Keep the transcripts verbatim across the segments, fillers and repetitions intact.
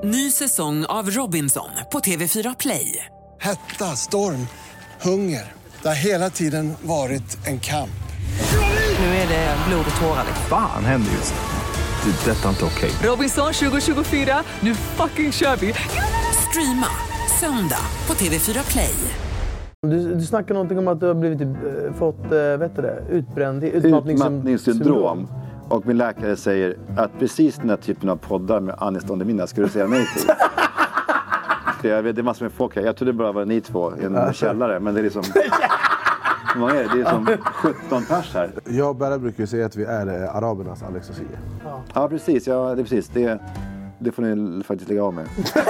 Ny säsong av Robinson på T V fyra Play. Hetta, storm, hunger. Det har hela tiden varit en kamp. Nu är det blod och tårar. Fan händer just det. Det är detta inte okej. Robinson tjugo tjugofyra, nu fucking kör vi. Streama söndag på T V fyra Play. Du, du snackar någonting om att du har blivit, äh, fått äh, vet du det, utbränd, utmattningssyndrom. Och min läkare säger att precis den här typen av poddar med Anis Don Demina ska du säga nej till. Jag vet, det är massor med folk här. Jag trodde det bara var ni två i en ja. källare. Men det är liksom... Vad är det? Det är som sjutton pers här. Jag och Berra brukar säga att vi är eh, arabernas Alex och Sigge. Ja, ja precis. Ja, det är precis. Det, det får ni faktiskt lägga av med.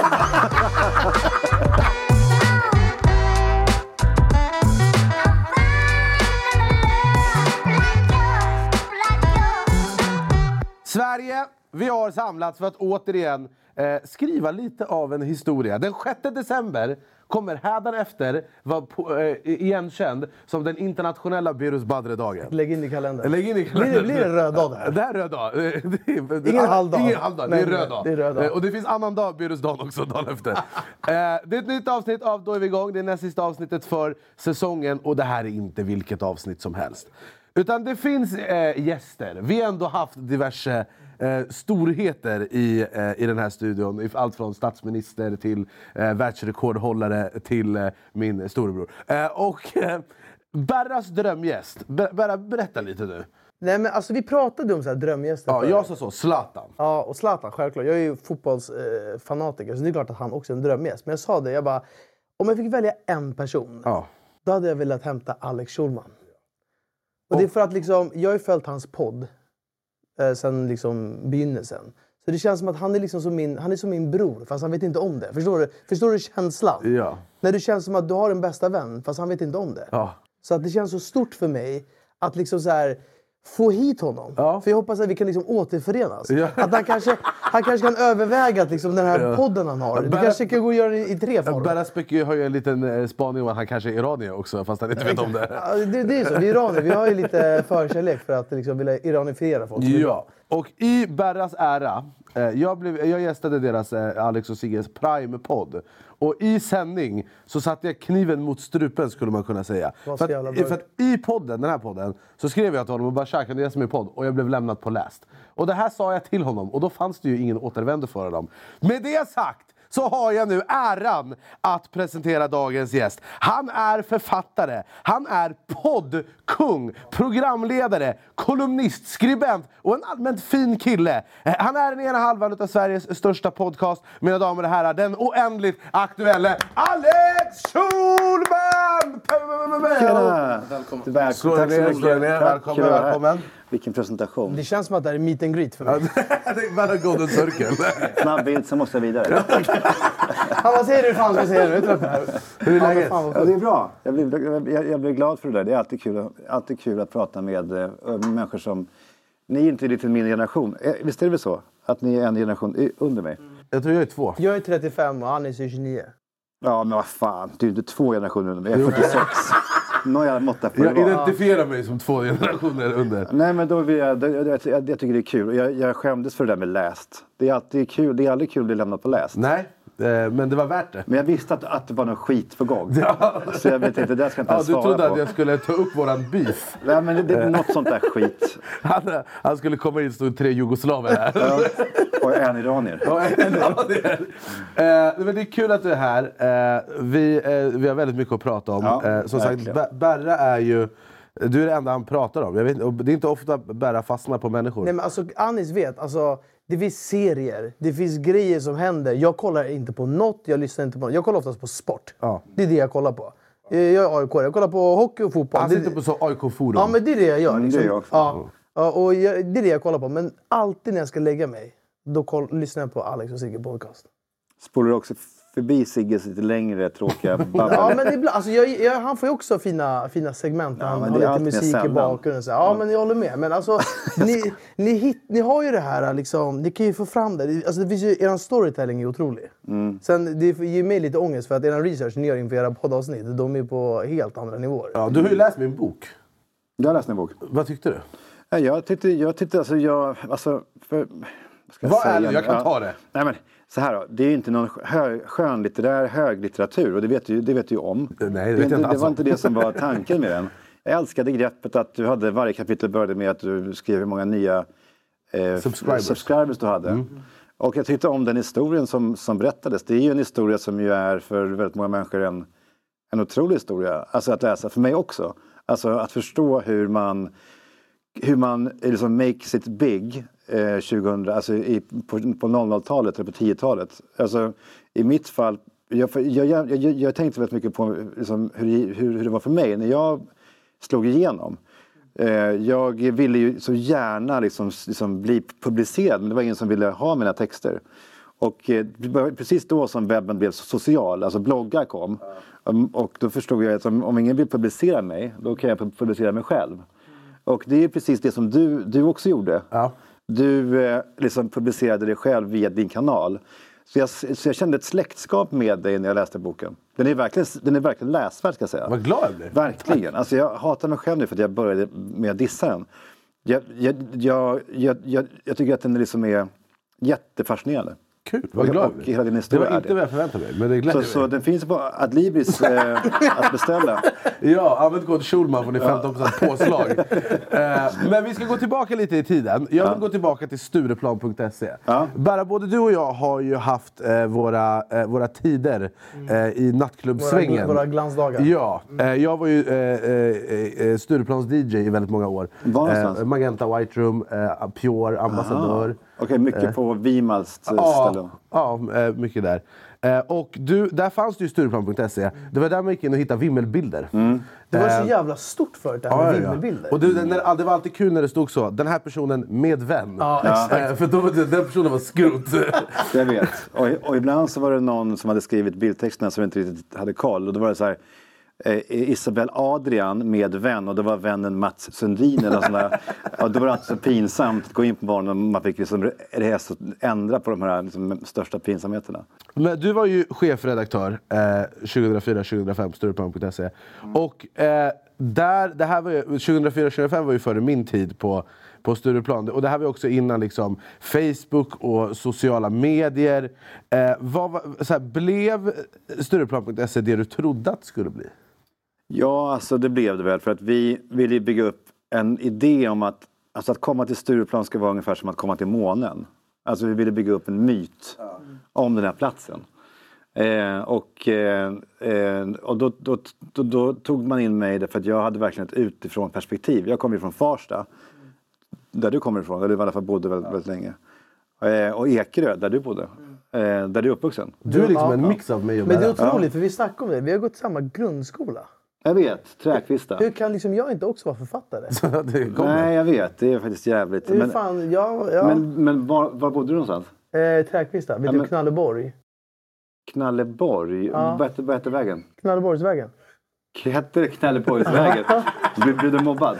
Sverige, vi har samlats för att återigen eh, skriva lite av en historia. Den sjätte december kommer hädanefter vara på, eh, igenkänd som den internationella Birus Badre-dagen. Lägg in i kalendern. Lägg in i kalendern. Blir det, blir det en röd dag där? Det är röd dag. Ingen halvdag. Ingen halvdag, det är röd dag. Det är röd dag. Och det finns annan dag, Birus dagen också, dagen efter. eh, det är ett nytt avsnitt av Då är vi igång. Det är näst sista avsnittet för säsongen. Och det här är inte vilket avsnitt som helst. Utan det finns eh, gäster. Vi har ändå haft diverse eh, storheter i, eh, i den här studion. Allt från statsminister till eh, världsrekordhållare till eh, min storebror. Eh, och eh, Berras drömgäst. Berra, berätta lite nu. Nej men alltså vi pratade om så här drömgäster. Ja, jag sa så. Zlatan. Ja, och Zlatan självklart. Jag är ju fotbollsfanatiker eh, så det är klart att han också är en drömgäst. Men jag sa det, jag bara, om jag fick välja en person. Ja. Då hade jag velat hämta Alex Schulman. Och det är för att liksom, jag har ju följt hans podd eh, sen liksom begynnelsen. Så det känns som att han är liksom som min, han är som min bror, fast han vet inte om det. Förstår du, Förstår du känslan? Ja. När du känns som att du har en bästa vän, fast han vet inte om det. Ja. Så att det känns så stort för mig att liksom så här, få hit honom. Ja. För jag hoppas att vi kan liksom återförenas. Ja. Att han kanske, han kanske kan överväga att liksom den här ja. podden han har. Ja, vi Berra, kanske kan gå och göra det i tre former. Berra Specke har ju en liten eh, spaning om att han kanske är iranier också, fast han inte vet om det. Ja, det, det är så, vi iranier, vi har ju lite förkärlek för att liksom vilja iranifiera folk. Ja, och i Berras ära, eh, jag, blev, jag gästade deras eh, Alex och Sigges Prime-podd. Och i sändning så satte jag kniven mot strupen, skulle man kunna säga. För att, för att i podden, den här podden, så skrev jag till honom och bara tja, kan du gästa mig i podd? Och jag blev lämnat på läst. Och det här sa jag till honom och då fanns det ju ingen återvändo för honom. Med det sagt så har jag nu äran att presentera dagens gäst. Han är författare, han är poddkung, programledare, kolumnist, skribent och en allmänt fin kille. Han är den ena halvan av Sveriges största podcast. Mina damer och herrar, den oändligt aktuella Alex Schulman! Tjena! Välkommen. Välkommen. Välkommen. Välkommen. Vilken presentation. Det känns som att det är meet and greet för mig. Det är bara golden circle. Snabb bild, så måste jag vidare. Ja, vad säger du? Fan, vad säger du? Hur är läget? Ja, det är bra. Jag blir, jag, jag blir glad för det där. Det är alltid kul, alltid kul att prata med äh, människor som... Ni är inte lite min generation. Visst är det väl så? Att ni är en generation under mig? Jag tror jag är två. Jag är trettiofem och han är tjugonio. Ja, men vad fan. Du är inte två generationer under mig. Jag är fyrtiosex. Nåja, måtta för jag identifierar mig som två generationer under. Nej, men då vill jag, jag, jag, jag tycker det är kul. Jag, jag skämdes för det där med läst. Det är alltid kul. Det är aldrig kul att bli lämnat på läst. Nej, men det var värt det. Men jag visste att, att det var någon skit på gång. Ja. Så jag vet inte, det där ska jag inte ja, ens svara på. Du trodde att jag skulle ta upp våran beef. Nej, men det, det är något sånt där skit. Han, han skulle komma in och stå tre jugoslaver här. Ja. Och en iranier. Ja, det är. Eh, men det är kul att du är här. Eh, vi, eh, vi har väldigt mycket att prata om. Ja, eh, som verkligen. sagt, Berra är ju... Du är det enda han pratar om. Jag vet, och det är inte ofta Berra fastnar på människor. Nej, men alltså, Anis vet. Alltså, det finns serier. Det finns grejer som händer. Jag kollar inte på något. Jag lyssnar inte på något. Jag kollar oftast på sport. Ja. Det är det jag kollar på. Jag är A I K. Jag kollar på hockey och fotboll. Han sitter på så A I K-forum. Ja, men det är det jag gör. Liksom. Mm, det är jag också. Ja. Ja, och jag, det är det jag kollar på. Men alltid när jag ska lägga mig, då koll, lyssnar jag på Alex och Sigge podcast. Spolar du också förbi Sigges lite längre tråkiga babbel? Ja, men ibland, alltså jag, jag, han får ju också fina, fina segment. Ja, han har lite musik i bakgrunden. Så. Ja, ja, men jag håller med. Men alltså, ni, ni, hit, ni har ju det här, liksom, ni kan ju få fram det. Alltså, det finns ju, er storytelling är otrolig. Mm. Sen, det ger mig lite ångest för att er research ni gör inför era poddavsnitt, de är på helt andra nivåer. Ja, du har ju läst min bok. Jag har läst min bok. Vad tyckte du? Ja, jag tyckte, jag tyckte alltså, jag, alltså, för... Vad är det? Jag kan ta det. Nej, men så här då, det är ju inte någon hö, skönlitterär höglitteratur och det vet du, det vet du ju om. Nej, det, det, vet det, inte det var inte det som var tanken med den. Jag älskade greppet att du hade, varje kapitel började med att du skrev hur många nya eh, subscribers. subscribers du hade. Mm. Och jag tyckte om den historien som, som berättades. Det är ju en historia som ju är för väldigt många människor en, en otrolig historia. Alltså att läsa, för mig också. Alltså att förstå hur man, hur man liksom makes it big eh, tjugohundra, alltså i, på, på noll noll-talet eller på tio-talet. Alltså i mitt fall, jag, jag, jag, jag, jag tänkte väldigt mycket på liksom, hur, hur, hur det var för mig när jag slog igenom. Eh, jag ville ju så gärna liksom, liksom bli publicerad. Det var ingen som ville ha mina texter. Och eh, precis då som webben blev social, alltså bloggar kom. Um, och då förstod jag att om, om ingen vill publicera mig, då kan jag publicera mig själv. Och det är precis det som du, du också gjorde. Ja. Du eh, liksom publicerade dig själv via din kanal. Så jag, så jag kände ett släktskap med dig när jag läste boken. Den är verkligen, den är verkligen läsvärd ska jag säga. Vad glad jag blev. Verkligen. Alltså jag hatar mig själv nu för att jag började med att dissa den. Jag, jag, jag, jag, jag, jag tycker att den liksom är jättefascinerande. Kul, vad glad jag blev. Det var inte vad jag förväntade mig, men det glädjer så, mig. så den finns på Adlibris eh, att beställa. Ja, använd kod Schulman får ni femton procent påslag. eh, men vi ska gå tillbaka lite i tiden. Jag vill ja. gå tillbaka till Stureplan punkt se. Ja. Bara både du och jag har ju haft eh, våra, eh, våra tider eh, i nattklubbsvängen. Våra, våra glansdagar. Ja, eh, jag var ju eh, eh, Stureplans D J i väldigt många år. Eh, Magenta White Room, eh, Pure, ambassadör. Okej, okay, mycket eh. på Vimals ställe. Ja, ja, mycket där. Och du, där fanns det ju Stureplan punkt se. Det var där man gick in och hittade vimmelbilder. Mm. Det var så jävla stort förut det här med ja, vimmelbilder. Och du, när, det var alltid kul när det stod så. Den här personen med vän. Ja, exakt. För då var det, den personen var skrot. Jag vet. Och, och ibland så var det någon som hade skrivit bildtexterna som inte riktigt hade koll. Och då var det så här... Eh, Isabel Adrian med vän och det var vännen Mats Sundin eller sådär. Och det var alltid så pinsamt att gå in på morgonen och man fick liksom resa ändra på de här liksom, största pinsamheterna. Men du var ju chefredaktör eh, tjugohundrafyra tjugohundrafem på Stureplan punkt se. Mm. Och eh, där, det här var ju, tjugohundrafyra tjugohundrafem var ju före min tid på, på Stureplan. Och det här var också innan liksom, Facebook och sociala medier. Eh, vad, så här, blev Stureplan punkt se det du trodde att det skulle bli? Ja, alltså det blev det väl. För att vi ville bygga upp en idé om att, alltså att komma till Stureplan ska vara ungefär som att komma till månen. Alltså vi ville bygga upp en myt mm. om den här platsen. Eh, och eh, och då, då, då, då tog man in mig därför att jag hade verkligen ett utifrån perspektiv. Jag kommer från Farsta. Mm. Där du kommer ifrån. Där du i alla fall bodde väldigt, väldigt länge. Eh, och Ekerö, där du bodde. Mm. Eh, där du är uppvuxen. Du är liksom ja, en mix av mig och Men det är otroligt, ja. för vi snackade om det. Vi har gått i samma grundskola. Jag vet, Träkvista. Hur kan liksom jag inte också vara författare? Nej, jag vet. Det är faktiskt jävligt. Men, fan, ja, ja. men, men var, var bodde du någonstans? Eh, Träkvista. Vet ja, du men... Knalleborg? Knalleborg? Ja. Vad, heter, vad heter vägen? Knalleborgsvägen. Hette det Knalleborgsvägen? blev, blev du mobbad?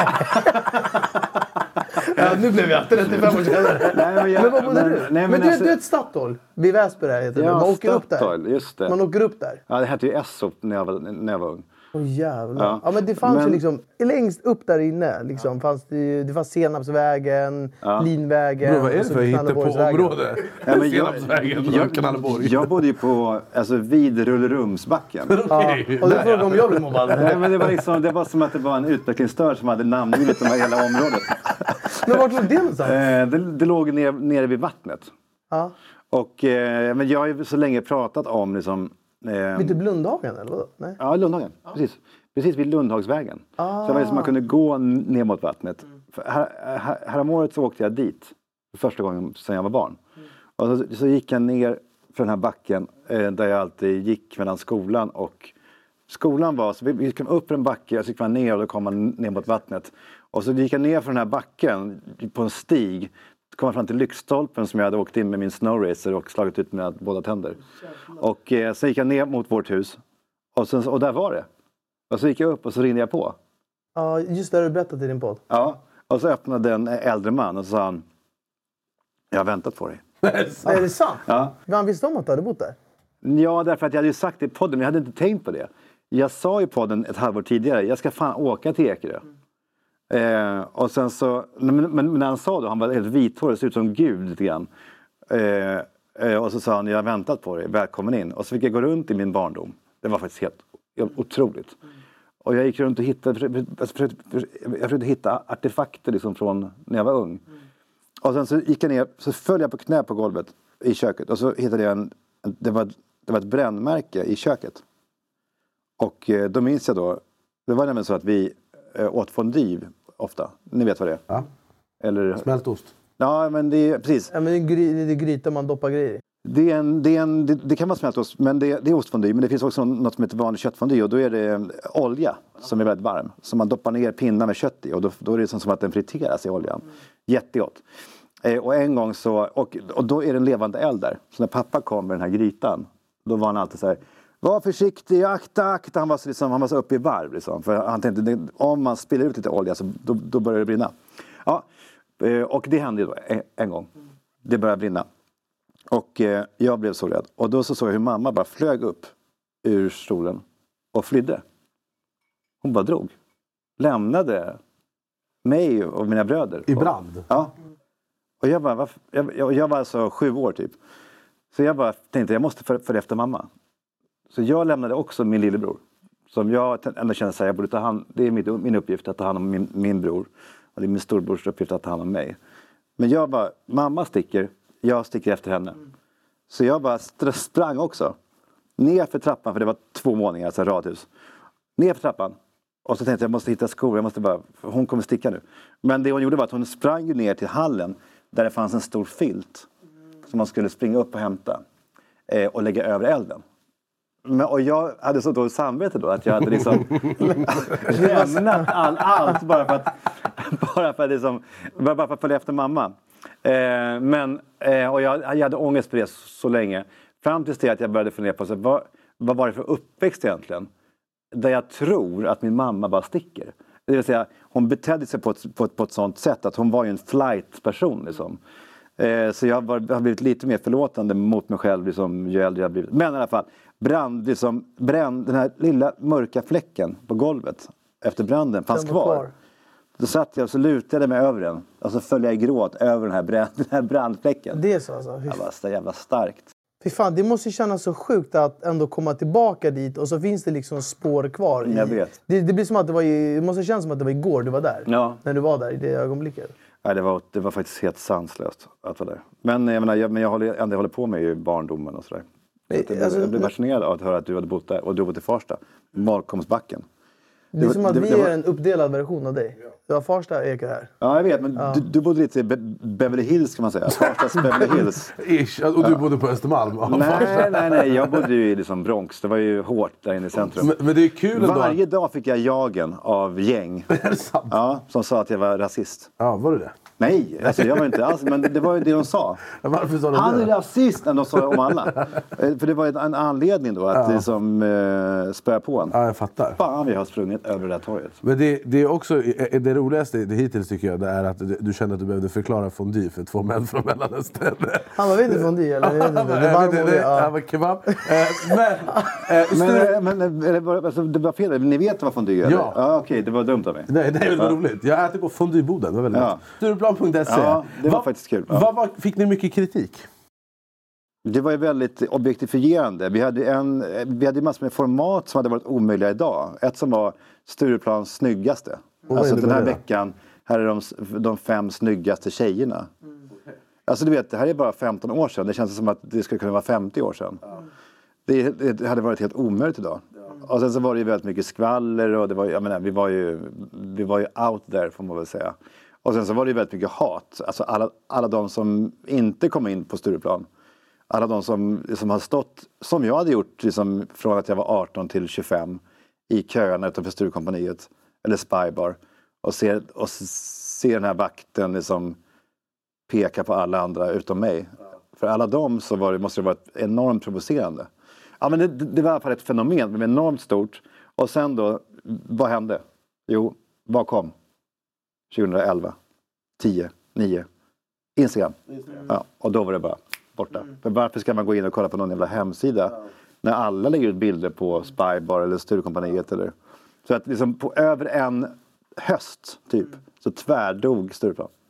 Ja, nu blev jag trettiofem år senare. Nej, men, jag, men vad bodde men, du? Nej, men men du, alltså, du är ett Statoil. Vid Väsby där heter det. Ja, Man åker Statoil, upp där. Just det. Man åker upp där. Ja, det hette ju Esso när jag var, när jag var ung. Åh oh, jävlar. Ja. ja men det fanns men... ju liksom, längst upp där inne liksom, ja. fanns det, det fanns Senapsvägen, ja. Linvägen. Bro, vad är det för hitta på område? Ja, men Senapsvägen och jag, Knalleborg. Jag bodde ju på, alltså vid Rullerumsbacken. Okay. Ja, och du frågade om jag blev mobbad. Nej, men det var liksom, det var som att det var en utvecklingsstörd som hade namngivit de hela området. Men vart låg det någonstans? Eh, det, det låg ner, nere vid vattnet. Ja. Och, eh, men jag har ju så länge pratat om liksom... Eh, Vid Lundhagen eller vad? Nej. Ja, Lundhagen. Ja. Precis. Precis vid Lundhagsvägen. Ah. Så det var liksom man kunde gå ner mot vattnet. Mm. För här, här, häromåret så åkte jag dit. För första gången sedan jag var barn. Mm. Och så, så gick jag ner för den här backen. Eh, där jag alltid gick mellan skolan och... Skolan var... Så vi, vi kom upp en backe och så gick man ner och då kom man ner mot vattnet. Och så gick jag ner för den här backen på en stig. Kom fram till lyktstolpen som jag hade åkt in med min snowracer och slagit ut mina båda tänder. Och eh, så gick jag ner mot vårt hus. Och, sen, och där var det. Och så gick jag upp och så ringde jag på. Ja, just det, du berättade i din podd. Ja, och så öppnade en äldre man och så sa han: jag har väntat på dig. Är det sant? Ja. Han visste om att du hade bott där? Ja, därför att jag hade ju sagt det i podden, men jag hade inte tänkt på det. Jag sa i podden ett halvår tidigare, jag ska fan åka till Ekerö. Mm. Eh, och sen så, men, men när han sa då, han var helt vithårig, såg ut som Gud lite grann. Eh, Eh, och så sa han, jag har väntat på dig, välkommen in. Och så fick jag gå runt i min barndom. Det var faktiskt helt, helt otroligt. Mm. Och jag gick runt och hittade, jag försökte, jag försökte hitta artefakter liksom från när jag var ung. Mm. Och sen så gick jag ner, så föll jag på knä på golvet i köket. Och så hittade jag en, det var, det var ett brännmärke i köket. Och eh, då minns jag då, det var nämligen så att vi eh, åt fondue ofta. Ni vet vad det är? Ja. Eller, smältost. Ja, men det är precis. Ja, men det är, gry, det är gryta man doppar grejer i. Det, är en, det, är en, det, det kan vara smältost, men det, det är ostfondue. Men det finns också något som heter vanlig köttfondue. Och då är det olja som är väldigt varm. Som man doppar ner pinnar med kött i. Och då, då är det som att den friteras i oljan. Mm. Jättegott. Eh, och en gång så, och, och då är det en levande eld där. Så när pappa kom med den här grytan, då var han alltid så här, var försiktig, akta, akta. Han var så, liksom, han var så uppe i varv liksom. För han tänkte, det, om man spiller ut lite olja så då, då börjar det brinna. Ja, eh, och det hände ju då en, en gång. Det började brinna. Och eh, jag blev så rädd. Och då så såg jag hur mamma bara flög upp ur stolen och flydde. Hon bara drog. Lämnade mig och mina bröder. I brand? Ja. Och jag, bara, varför, jag, jag, jag var alltså sju år typ. Så jag bara tänkte, jag måste följa efter mamma. Så jag lämnade också min lillebror. Som jag ändå känner så här, jag borde ta hand, det är min, min uppgift att ta hand om min, min bror. Och det är min storbrors uppgift att ta hand om mig. Men jag bara, mamma sticker, jag sticker efter henne. Mm. Så jag bara sprang också. Ner för trappan, för det var två våningar, alltså radhus. Ner för trappan. Och så tänkte jag, jag måste hitta skor, jag måste bara, hon kommer sticka nu. Men det hon gjorde var att hon sprang ner till hallen. Där det fanns en stor filt. Mm. Som man skulle springa upp och hämta. Eh, och lägga över elden. Men, och jag hade så dåligt samvete då att jag hade liksom lämnat all, allt bara för att bara för att, liksom, bara för att följa efter mamma. Eh, men, eh, och jag, jag hade ångest på det så, så länge. Fram tills det att jag började fundera på så, vad, vad var det för uppväxt egentligen? Där jag tror att min mamma bara sticker. Det vill säga, hon betedde sig på ett, på ett, på ett sånt sätt att hon var ju en flight-person liksom. Eh, så jag var, har blivit lite mer förlåtande mot mig själv liksom, ju äldre jag blivit. Men i alla fall, brand, liksom, brand, den här lilla mörka fläcken på golvet efter branden fanns kvar. kvar. Då satt jag och så lutade jag mig över den. Och så följde jag i gråt över den här, brand, den här brandfläcken. Det är så alltså? Det var så jävla starkt. Fy fan, det måste kännas så sjukt att ändå komma tillbaka dit och så finns det liksom spår kvar. I, jag vet. Det, det blir som att det var i, det måste kännas som att det var igår du var där. Ja. När du var där i det ögonblicket. Nej, det var, det var faktiskt helt sanslöst att vara där. Men jag menar, jag, men jag håller, ändå jag håller på med ju barndomen och sådär. Så jag, alltså, jag blev fascinerad av att höra att du hade bott där. Och du bodde i Farsta. Malcolmsbacken. Det är det, som att det, vi det var... är en uppdelad version av dig. Du har Farsta och Eka här. Ja, jag vet. Men ja. du, du bodde lite i Be- Beverly Hills kan man säga. Farstas Beverly Hills. Ish. Och du ja. bodde på Östermalm? Nej, nej, nej. Jag bodde ju i liksom Bronx. Det var ju hårt där inne i centrum. Men, men det är kul ändå. Varje dag fick jag jagen av gäng. Är det sant? Ja, som sa att jag var rasist. Ja, var du det? Nej, alltså jag var inte alls, men det var ju det de sa. Varför sa de Han det? är rasist, de sa om alla. För det var en anledning då att ja. det som eh, spöar på en. Ja, jag fattar. Fan, vi har sprungit över det där torget. Men det, det är också, det roligaste det hittills tycker jag, det är att du, du kände att du behövde förklara fondue för två män från Mellanöstern. Han var inte fondue, eller? Jag vet inte. Det var det, ja. Han var kebab. men, men, men, men alltså, det var fel, ni vet vad fondue är? Ja. Ja, okej, det var dumt av mig. Nej, det är väl ja. roligt. Jag äter på fondueboden, det var väldigt ja. Stureplan punkt se. Ja, det var Va, faktiskt kul. Ja. Vad var, fick ni mycket kritik? Det var ju väldigt objektifierande. Vi hade, en, vi hade massor med format som hade varit omöjliga idag. Ett som var Stureplans snyggaste. Och alltså den här veckan, här är de, de fem snyggaste tjejerna. Mm. Alltså du vet, det här är bara femton år sedan. Det känns som att det skulle kunna vara femtio år sedan. Mm. Det, det hade varit helt omöjligt idag. Mm. Och sen så var det ju väldigt mycket skvaller och det var, jag menar, vi var ju, vi var ju out there får man väl säga. Och sen så var det ju väldigt mycket hat. Alltså alla, alla de som inte kom in på Stureplan. Alla de som, som har stått, som jag hade gjort liksom, från att jag var arton till tjugofem i köerna utanför Sturecompagniet eller Spybar och ser, och ser den här vakten liksom peka på alla andra utom mig. Ja. För alla dem så var det, måste det vara enormt provocerande. Ja, men det, det var i alla fall ett fenomen, det var enormt stort. Och sen då, vad hände? Jo, vad kom? tjugoelva, tio, nio Instagram. Instagram. Ja, och då var det bara borta. Mm. För varför ska man gå in och kolla på någon jävla hemsida ja. när alla lägger ut bilder på Spybar eller Sturecompagniet eller så att liksom på över en höst typ mm. så tvärdog Stureplan.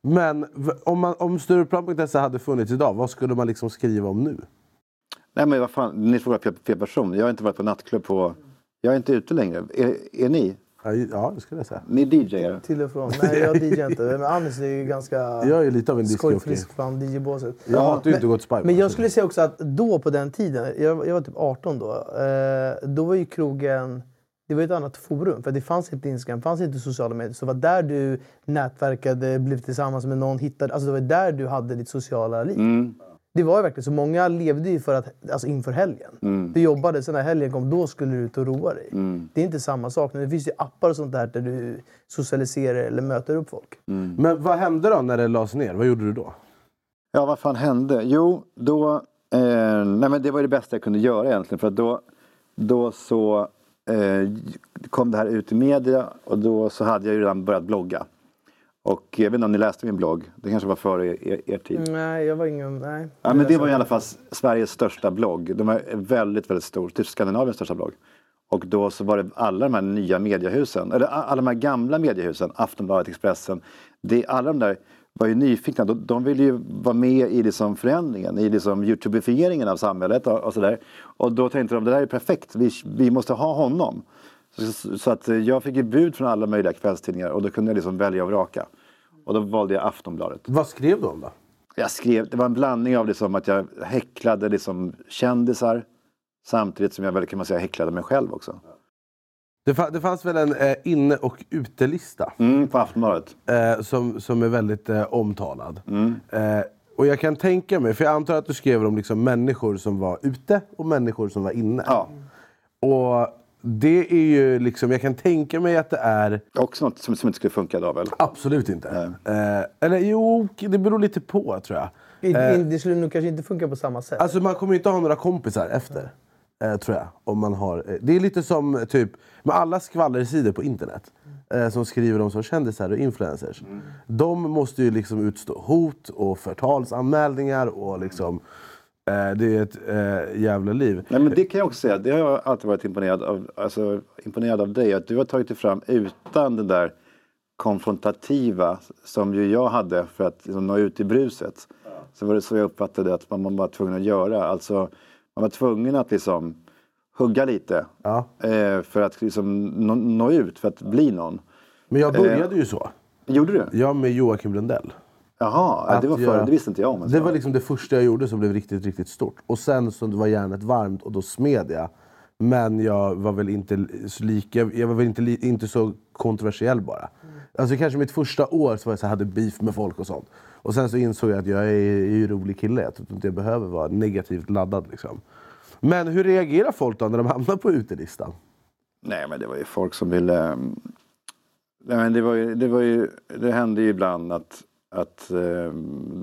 Men om, man, om Stureplan punkt se hade funnits idag, vad skulle man liksom skriva om nu? Nej men vad fan, ni får vara fel person. Jag har inte varit på nattklubb på... Jag är inte ute längre. Är, är ni? Ja, det skulle jag säga. Ni D J:ar? Till och från. Nej, jag D J:ar inte. Men Anis är ju ganska... Jag är lite av en discjockey. Skojfrisk från D J-båset. Jag har inte men, gått spike. Men jag skulle säga också att då på den tiden, jag, jag var typ arton då, eh, då var ju krogen... Det var ett annat forum, för det fanns inte Instagram, det fanns inte sociala medier. Så det var där du nätverkade, blev tillsammans med någon, hittade... Alltså det var där du hade ditt sociala liv. Mm. Det var ju verkligen så. Många levde ju för att, alltså inför helgen. Mm. Du jobbade, sen när helgen kom, då skulle du ut och roa dig. Mm. Det är inte samma sak. Men det finns ju appar och sånt där där du socialiserar eller möter upp folk. Mm. Men vad hände då när det lades ner? Vad gjorde du då? Ja, vad fan hände? Jo, då... Eh, nej men det var det bästa jag kunde göra egentligen. För att då, då så eh, kom det här ut i media. Och då så hade jag ju redan börjat blogga. Och jag vet inte om ni läste min blogg. Det kanske var före er, er tid. Nej, jag var ingen... Nej. Ja, men det var i alla fall Sveriges största blogg. De var väldigt, väldigt stor. Typ Skandinaviens största blogg. Och då så var det alla de här nya mediehusen. Eller alla de här gamla mediehusen. Aftonbladet, Expressen. Det, alla de där var ju nyfikna. De, de ville ju vara med i liksom förändringen. I liksom YouTubifieringen av samhället och, och sådär. Och då tänkte de, det där är perfekt. Vi, vi måste ha honom. Så, så att jag fick ju bud från alla möjliga kvällstidningar och då kunde jag liksom välja och vraka. Och då valde jag Aftonbladet. Vad skrev du om då? Jag skrev, det var en blandning av liksom att jag häcklade liksom kändisar samtidigt som jag väl kan man säga häcklade mig själv också. Det, fa- det fanns väl en eh, inne- och utelista mm, på Aftonbladet eh, som, som är väldigt eh, omtalad. Mm. Eh, och jag kan tänka mig, för jag antar att du skrev om liksom människor som var ute och människor som var inne. Ja. Och det är ju liksom, jag kan tänka mig att det är... Också något som, som inte skulle funka idag väl? Absolut inte. Eh, eller jo, det beror lite på tror jag. Eh, det skulle nog kanske inte funka på samma sätt. Alltså man kommer ju inte ha några kompisar efter. Eh, tror jag. Om man har, eh, det är lite som typ med alla skvallersidor på internet. Eh, som skriver om som kändisar och influencers. Mm. De måste ju liksom utstå hot och förtalsanmälningar och liksom... Det är ett äh, jävla liv. Nej, men det kan jag också säga. Det har jag alltid varit imponerad av, alltså, imponerad av dig. Att du har tagit dig fram utan den där konfrontativa som ju jag hade för att liksom, nå ut i bruset. Ja. Så var det så jag uppfattade att man, man var tvungen att göra. Alltså, man var tvungen att liksom hugga lite. Ja. Eh, för att liksom, nå, nå ut, för att bli någon. Men jag började eh, ju så. Gjorde du? Jag med Joakim Lundell. Jaha, det var för, jag, det visste inte jag om. Det var liksom det första jag gjorde som blev riktigt, riktigt stort. Och sen så var järnet varmt och då smed jag. Men jag var väl inte så lika, jag var väl inte, inte så kontroversiell bara. Mm. Alltså kanske mitt första år så var jag så här, hade beef med folk och sånt. Och sen så insåg jag att jag är, är ju rolig kille. Jag tror inte jag behöver vara negativt laddad liksom. Men hur reagerar folk då när de hamnar på utelistan? Nej men det var ju folk som ville... Nej men det var ju, det var ju, det hände ju ibland att Att, eh,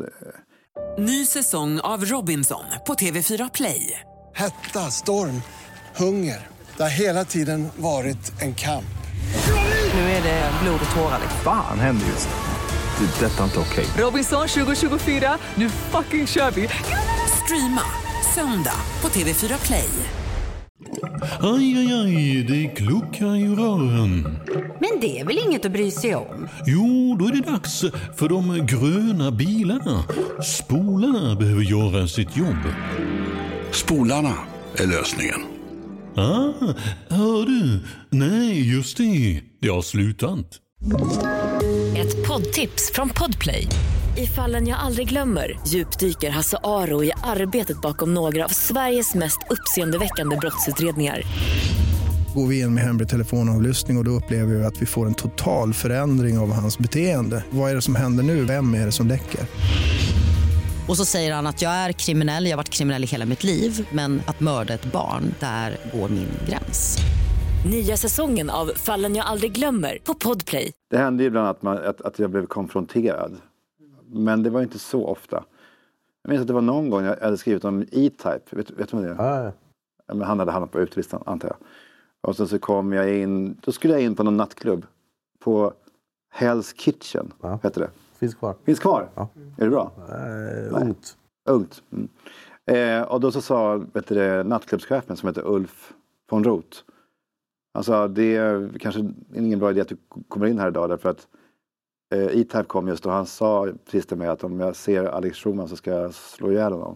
Ny säsong av Robinson på T V fyra Play. Hetta, storm, hunger. Det har hela tiden varit en kamp. Nu är det blod och tårar. Fan händer just det. Det är detta inte okej. Okay. Robinson tjugo tjugofyra, nu fucking kör vi. Streama söndag på T V fyra Play. Aj, aj, aj, det kluckar i rören. Men det är väl inget att bry sig om? Jo, då är det dags för de gröna bilarna. Spolarna behöver göra sitt jobb. Spolarna är lösningen. Ah, hör du? Nej, just det. Det har slutat. Ett poddtips från Podplay. I Fallen jag aldrig glömmer djupdyker Hasse Aro i arbetet bakom några av Sveriges mest uppseendeväckande brottsutredningar. Går vi in med hemlig telefonavlyssning och, och då upplever vi att vi får en total förändring av hans beteende. Vad är det som händer nu? Vem är det som läcker? Och så säger han att jag är kriminell, jag har varit kriminell i hela mitt liv. Men att mörda ett barn, där går min gräns. Nya säsongen av Fallen jag aldrig glömmer på Podplay. Det hände ju ibland att, man, att, att jag blev konfronterad. Men det var inte så ofta. Jag minns att det var någon gång jag hade skrivit om E-Type. Vet, vet du vad det är? Ah, ja. Men han hade hamnat på utelistan, antar jag. Och sen så kom jag in... Då skulle jag in på någon nattklubb. På Hell's Kitchen, ja. Heter det. Finns kvar. Finns kvar? Ja. Är det bra? Äh, ungt. Ungt. Mm. Eh, och då så sa vet du, nattklubbschefen som heter Ulf von Roth. Han sa, det är kanske ingen bra idé att du kommer in här idag. Därför att eh, E-Type kom just och han sa precis till mig att om jag ser Alex Schulman så ska jag slå ihjäl honom.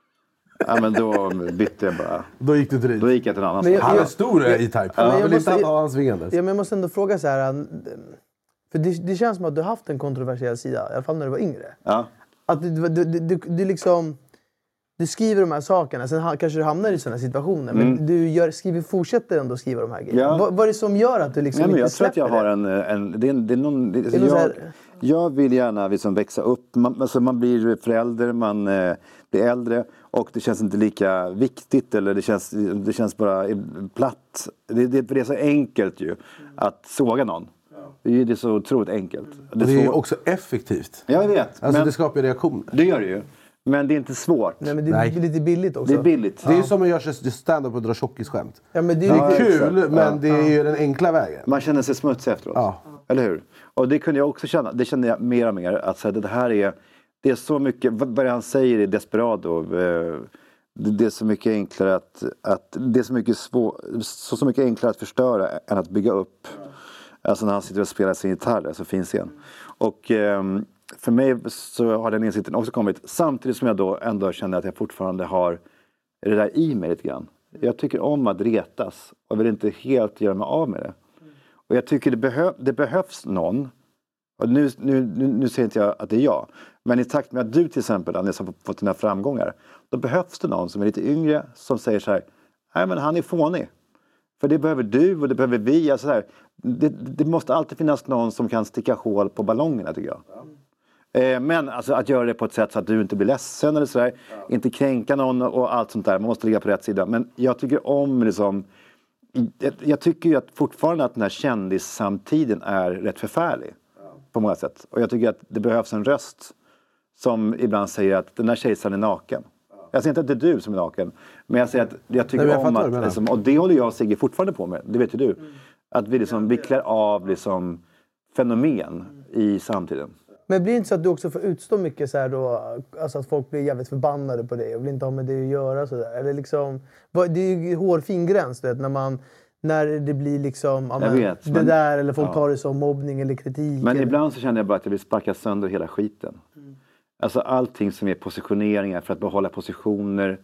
Ja, men då bytte jag bara. Då gick du till dit? Då gick jag till en annan. Han är stor E-Type. Ja, Jag vill måste, inte ha hans vingandes. Ja, men jag måste ändå fråga så här. För det, det känns som att du har haft en kontroversiell sida. I alla fall när du var yngre. Ja. Att du, du, du, du, du liksom... Du skriver de här sakerna, sen kanske du hamnar i sådana situationer. Men Mm. du gör, skriver, fortsätter ändå skriva de här grejerna. Ja. Vad, vad är det som gör att du liksom Nej, men inte jag tror att jag släpper har en... en det är, det är någon, det, Det är jag, någon så här- jag vill gärna liksom växa upp. Man, alltså man blir förälder, man eh, blir äldre. Och det känns inte lika viktigt. Eller det känns, det känns bara platt. Det, det, det är så enkelt ju. Att såga någon. Det är, det är så otroligt enkelt. Det, det är så... också effektivt. Ja, jag vet. Alltså men... det skapar reaktioner. Det gör det ju. Men det är inte svårt. Nej, men det är Nej. lite billigt också. Det är billigt. Det är ju som att göra stand-up och dra tjockisskämt. Ja, men det är, Det ju är kul, exakt. men Ja. det är ju den enkla vägen. Man känner sig smutsig efteråt. Ja. Eller hur? Och det kunde jag också känna. Det kände jag mer och mer. Att så här, det här är... Det är så mycket... Vad han säger i Desperado. Eh, det, det är så mycket enklare att... att det är så mycket, svår, så, så mycket enklare att förstöra än att bygga upp. Alltså när han sitter och spelar sin gitarr. Där, så finns scen. Och... Eh, för mig så har den insikten också kommit. Samtidigt som jag då ändå känner att jag fortfarande har det där i mig lite grann. Jag tycker om att retas. Och vill inte helt göra mig av med det. Och jag tycker det, behö- det behövs någon. Och nu, nu, nu, nu säger inte jag att det är jag. Men i takt med att du till exempel, Anis, har fått dina framgångar. Då behövs det någon som är lite yngre. Som säger så här. Nej, men han är fånig. För det behöver du och det behöver vi. Alltså så här, det, det måste alltid finnas någon som kan sticka hål på ballongerna, tycker jag. Men alltså, att göra det på ett sätt så att du inte blir ledsen eller sådär. Ja. Inte kränka någon och allt sånt där. Man måste ligga på rätt sida. Men jag tycker om liksom... Jag, jag tycker ju att fortfarande att den här kändissamtiden är rätt förfärlig. Ja. På många sätt. Och jag tycker att det behövs en röst som ibland säger att den här kejsaren är naken. Ja. Jag säger inte att det är du som är naken. Men jag säger att jag tycker Nej, jag om att... Det, liksom, och det håller jag och Sigge fortfarande på med. Det vet ju du. Mm. Att vi liksom, vi klär av liksom fenomen mm. i samtiden. Men blir det inte så att du också får utstå mycket så här då, alltså att folk blir jävligt förbannade på dig och vill inte ha med det att göra så där? Eller liksom, det är ju hårfin gräns, du vet, när man när det blir liksom amen, vet, det men, där eller folk ja. tar det som mobbning eller kritik. Men eller... ibland så känner jag bara att jag vill sparka sönder hela skiten. Mm. Alltså allting som är positioneringar för att behålla positioner.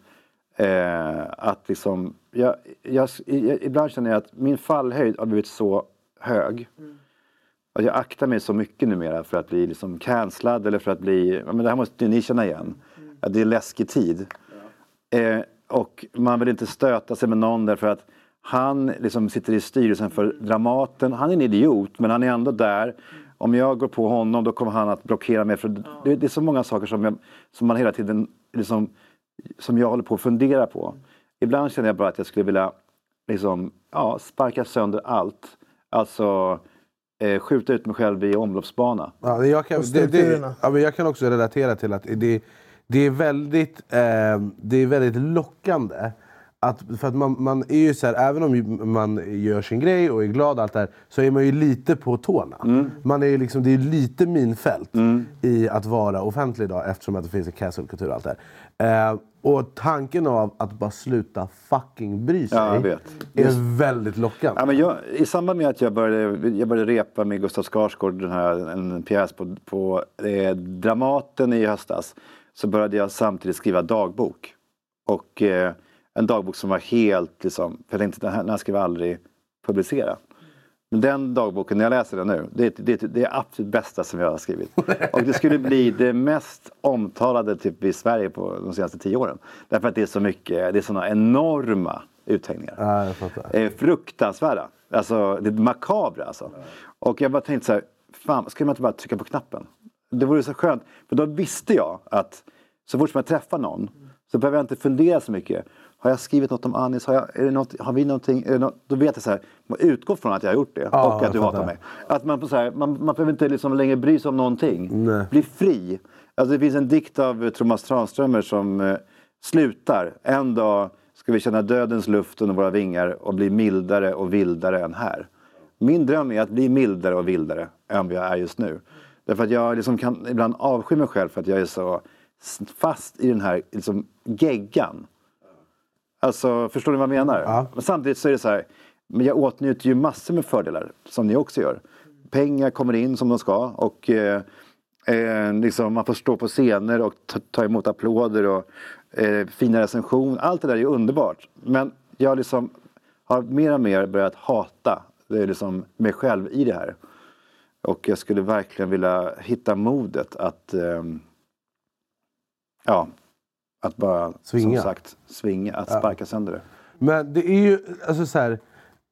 Eh, att liksom, jag, jag, jag, ibland känner jag att min fallhöjd har blivit så hög. Mm. Och jag aktar mig så mycket numera för att bli liksom cancellad eller för att bli... Men det här måste ni känna igen. Mm. Att det är läskig tid. Ja. Eh, och man vill inte stöta sig med någon därför att han liksom sitter i styrelsen för Dramaten. Han är en idiot, men han är ändå där. Mm. Om jag går på honom, då kommer han att blockera mig. För ja. det, det är så många saker som, jag, som man hela tiden... Liksom, som jag håller på att fundera på. Mm. Ibland känner jag bara att jag skulle vilja liksom, ja, sparka sönder allt. Alltså... Eh, skjuta ut mig själv i omloppsbana. Ja, jag, kan, det, det, ja, men jag kan också relatera till att det, det, är, väldigt, eh, det är väldigt lockande. Att, för att man, man är ju så här, även om man gör sin grej och är glad och allt det här, så är man ju lite på tårna. Mm. Man är ju liksom, det är lite minfält mm. i att vara offentlig idag, eftersom att det finns en cancel-kultur och allt det här. Eh, och tanken av att bara sluta fucking bry sig ja, jag vet. är Just... väldigt lockande. Ja, men jag, I samband med att jag började, jag började repa med Gustav Skarsgård, den här, en pjäs på, på eh, Dramaten i höstas, så började jag samtidigt skriva dagbok. Och eh, en dagbok som var helt, liksom, för jag tänkte den här, den här ska vi aldrig publicera. Men den dagboken, när jag läser den nu, det är det, det, det är absolut bästa som jag har skrivit. Och det skulle bli det mest omtalade typ i Sverige på de senaste tio åren. Därför att det är så mycket, det är sådana enorma uthängningar. Ja, jag fattar. Eh, fruktansvärda. Alltså, det är makabra alltså. Ja. Och jag bara tänkte så här, fan, ska man inte bara trycka på knappen? Det vore så skönt. För då visste jag att så fort som jag träffar någon så behöver jag inte fundera så mycket. Har jag skrivit något om Anis? Har, jag, är det något, har vi någonting? Är det något, då vet jag så här, man utgår från att jag har gjort det. Ja, och att du hatar mig. Att man, så här, man, man behöver inte liksom längre bry sig om någonting. Nej. Bli fri. Alltså det finns en dikt av Thomas Tranströmer som eh, slutar. En dag ska vi känna dödens luft under våra vingar och bli mildare och vildare än här. Min dröm är att bli mildare och vildare än vad jag är just nu. Därför att jag liksom kan ibland avsky mig själv för att jag är så fast i den här liksom, geggan. Alltså, förstår ni vad jag menar? Ja. Men samtidigt så är det så här, men jag åtnjuter ju massor med fördelar, som ni också gör. pengar kommer in som de ska. Och eh, eh, liksom man får stå på scener och ta, ta emot applåder och eh, fina recension. Allt det där är ju underbart. Men jag liksom har mer och mer börjat hata det är liksom mig själv i det här. Och jag skulle verkligen vilja hitta modet att eh, ja, att bara svinga. Som sagt svinga, att sparka ja. sönder det. Men det är ju alltså så här,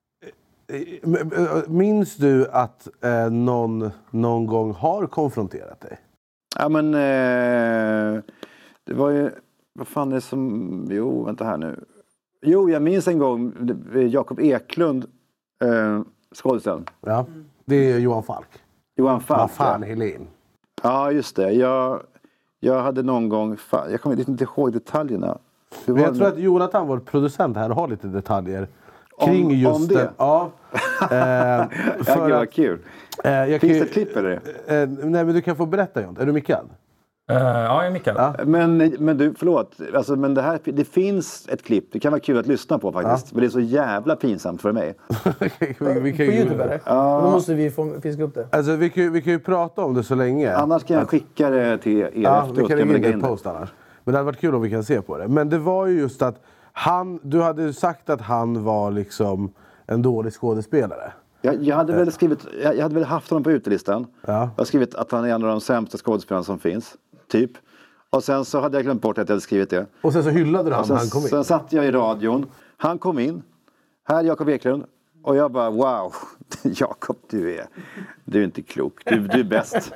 minns du att eh, någon någon gång har konfronterat dig? Ja men eh, det var ju vad fan är det som jo vänta här nu. Jo, jag minns en gång Jakob Eklund eh, skådespelaren. Ja. Det är Johan Falk. Johan Falk. Vad fan Helene. Ja, just det. Jag jag hade någon gång fan, jag kommer inte ihåg detaljerna. Men jag tror att Jonathan, vår producent här, har lite detaljer kring om, just om det. Ja. eh, för ja, vad kul. Eh, jag Finns kan, det ett klipp eller? Eh, nej, men du kan få berätta, Jon. Är du mickad? Uh, ja, jag är mickad. Ja. Men, men du, förlåt. Alltså, men det, här, det finns ett klipp. Det kan vara kul att lyssna på faktiskt. Ja. Men det är så jävla pinsamt för mig. vi, vi kan på YouTube eller? Ja. Då måste vi få fiska upp det. Alltså, vi, kan, vi kan ju prata om det så länge. Annars kan jag skicka det till er ja, efteråt. Vi kan lägga in en post annars. Men det hade varit kul om vi kan se på det. Men det var ju just att han, du hade sagt att han var liksom en dålig skådespelare. Jag, jag, hade väl skrivit, jag, jag hade väl haft honom på utelistan. Ja. Jag har skrivit att han är en av de sämsta skådespelarna som finns. Typ. Och sen så hade jag glömt bort att jag hade skrivit det. Och sen så hyllade du han när han kom in. Sen satt jag i radion. Han kom in. Här är Jakob Eklund. Och jag bara, wow. Jakob, du är, du är inte klok. Du, du är bäst.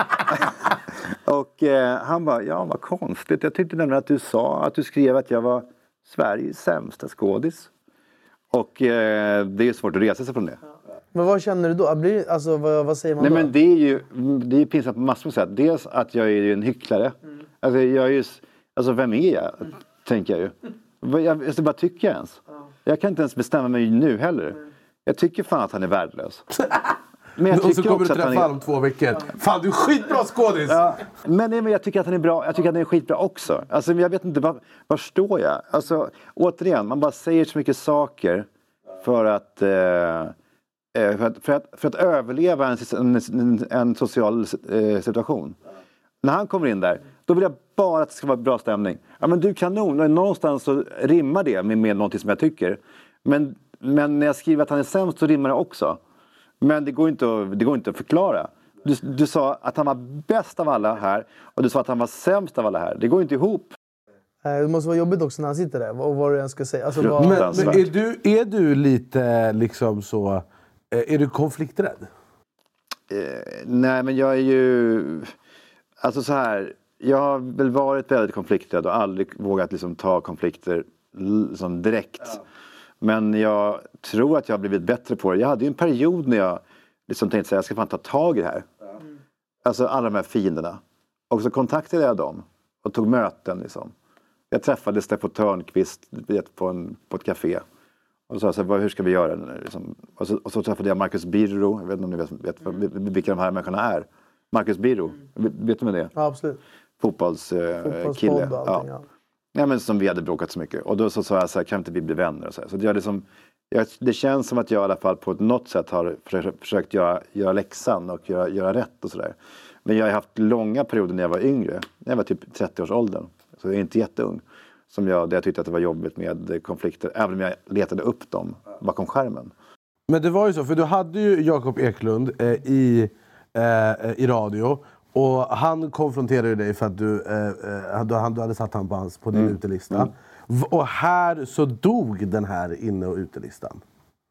Och eh, han bara, ja vad konstigt. Jag tyckte nämligen att du sa att du skrev att jag var Sveriges sämsta skådis. Och eh, det är svårt att resa sig från det. Men vad känner du då? Blir, alltså, vad, vad säger man Nej, då? Men det är ju det är pinsamt på massor av sätt. Dels att jag är ju en hycklare. Mm. Alltså, jag är ju, alltså vem är jag? Mm. Tänker jag ju. Jag, jag bara tycker jag ens. Mm. Jag kan inte ens bestämma mig nu heller. Mm. Jag tycker fan att han är värdelös. Men jag och så kommer du träffa honom om två veckor. Ja. Fan, du är skitbra skådis! Ja. Men, nej, men jag tycker att han är bra. Jag tycker att han är skitbra också. Alltså, jag vet inte, var, var står jag? Alltså, återigen, man bara säger så mycket saker för att... Eh, För att, för, att, för att överleva en, en, en social eh, situation. När han kommer in där, då vill jag bara att det ska vara bra stämning. Ja men du kanon, och någonstans så rimmar det med, med någonting som jag tycker. Men, men när jag skriver att han är sämst så rimmar det också. Men det går inte att, det går inte att förklara. Du, du sa att han var bäst av alla här och du sa att han var sämst av alla här. Det går inte ihop. Det måste vara jobbigt också när han sitter där. Och vad du än ska säga. Alltså, vad... Men, men är, du, är du lite liksom så... Är du konflikträdd? Eh, nej, men jag är ju... Alltså så här... Jag har väl varit väldigt konflikträdd och aldrig vågat liksom ta konflikter liksom direkt. Ja. Men jag tror att jag har blivit bättre på det. Jag hade ju en period när jag liksom tänkte att jag ska fan ta tag i det här. Mm. Alltså alla de här fienderna. Och så kontaktade jag dem och tog möten liksom. Jag träffade Steffo Törnqvist på, en, på ett café. Och så sa jag, hur ska vi göra? Liksom. Och, så, och så träffade jag Marcus Birro. Jag vet inte om ni vet, vet mm. vilka de här människorna är. Marcus Birro, mm. vet du med det? Ja, absolut. Fotbollskille. Eh, ja. Ja. Ja, men som vi hade bråkat så mycket. Och då så sa jag så här, kan inte vi bli vänner? Och så här. Så jag liksom, jag, det känns som att jag i alla fall på något sätt har försökt, försökt göra, göra läxan och göra, göra rätt och sådär. Men jag har haft långa perioder när jag var yngre. När jag var typ trettio-årsåldern. Så jag är inte jätteung. Som jag, där jag tyckte att det var jobbigt med konflikter. Även om jag letade upp dem bakom skärmen. Men det var ju så, för du hade ju Jakob Eklund eh, i, eh, i radio. Och han konfronterade dig för att du, eh, du, han, du hade satt han på, hans, på din mm. utelista. Mm. Och här så dog den här inne- och utelistan.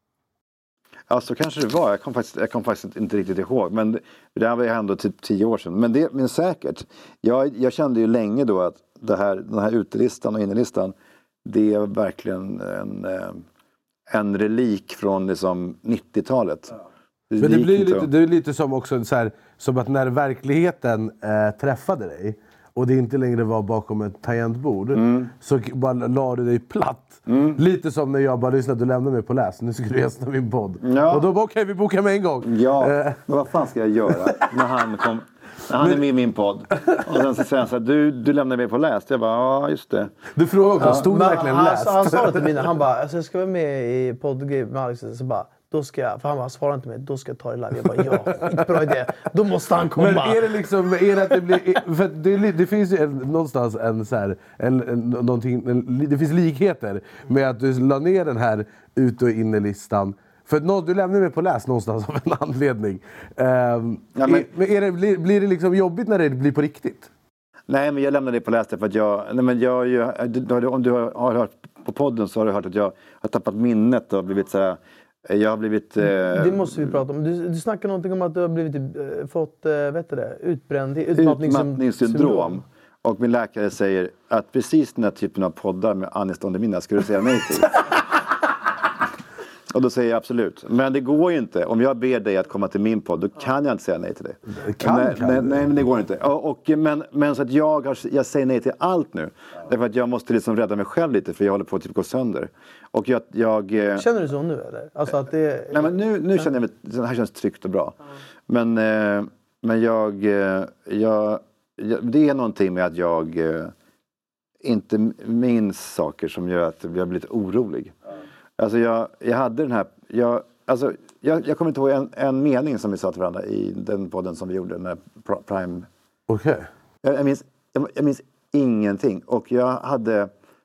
Ja, så kanske det var. Jag kom faktiskt, jag kom faktiskt inte riktigt ihåg. Men det, det här var ju ändå typ tio år sedan. Men, det, men säkert. Jag, jag kände ju länge då att det här, den här utelistan och innelistan, det är verkligen en, en relik från liksom nittiotalet. Men det blir lite, det är lite som också så här, som att när verkligheten äh, träffade dig och det inte längre var bakom ett tangentbord mm. så bara la du dig platt. Mm. Lite som när jag bara lyssnade, du lämnade mig på läs. Nu ska du gästa min podd. Ja. Och då bara, okej, okay, vi bokar med en gång. Ja, men vad fan ska jag göra när han kom... Han är med i min podd. Och sen så säger han så här, du, du lämnar mig på läst. Jag bara, ja just det. Du frågade också, ja, stod verkligen han, läst? Han sa det till mina, han bara, alltså, jag ska vara med i poddgrej med Alex. Så bara, då ska jag, för han bara, svara inte mig, då ska jag ta det live. Jag bara, ja, bra idé. Då måste han komma. Men är det liksom, är det att det blir, för det, det finns ju en, någonstans en så här, en, en, någonting, en, det finns likheter med att du la ner den här ut- och innelistan. För nå, du lämnar mig på läs någonstans av en anledning. Um, ja, men, är, men är det, blir, blir det liksom jobbigt när det blir på riktigt? Nej, men jag lämnade det på läs för att jag... Nej, men jag, jag du, om du har, har hört på podden så har du hört att jag har tappat minnet och blivit så här... Jag har blivit... Eh, det måste vi prata om. Du, du snackar någonting om att du har blivit, eh, fått eh, vet du det, utbränd, utmattningssyndrom. Och min läkare säger att precis den här typen av poddar med Anis Don Demina ska du säga nej till. Och då säger jag absolut. Men det går ju inte. Om jag ber dig att komma till min podd, då kan jag inte säga nej till det. Kan, nej, kan nej, nej, men det går inte. Och, och, men, men så att jag, har, jag säger nej till allt nu. Därför att jag måste liksom rädda mig själv lite, för jag håller på att typ gå sönder. Och jag, jag, känner du så nu eller? Alltså att det... Nej, men nu, nu känner jag mig, det här känns tryggt och bra. Men, eh, men jag, jag, jag, det är någonting med att jag eh, inte minns saker som gör att jag blir lite orolig. Alltså jag, jag hade den här, jag, alltså jag, jag kommer inte ihåg en, en mening som vi sa till varandra i den podden som vi gjorde, den här Prime. Okej. Okay. Jag, jag, minns, jag, jag minns ingenting. Och jag hade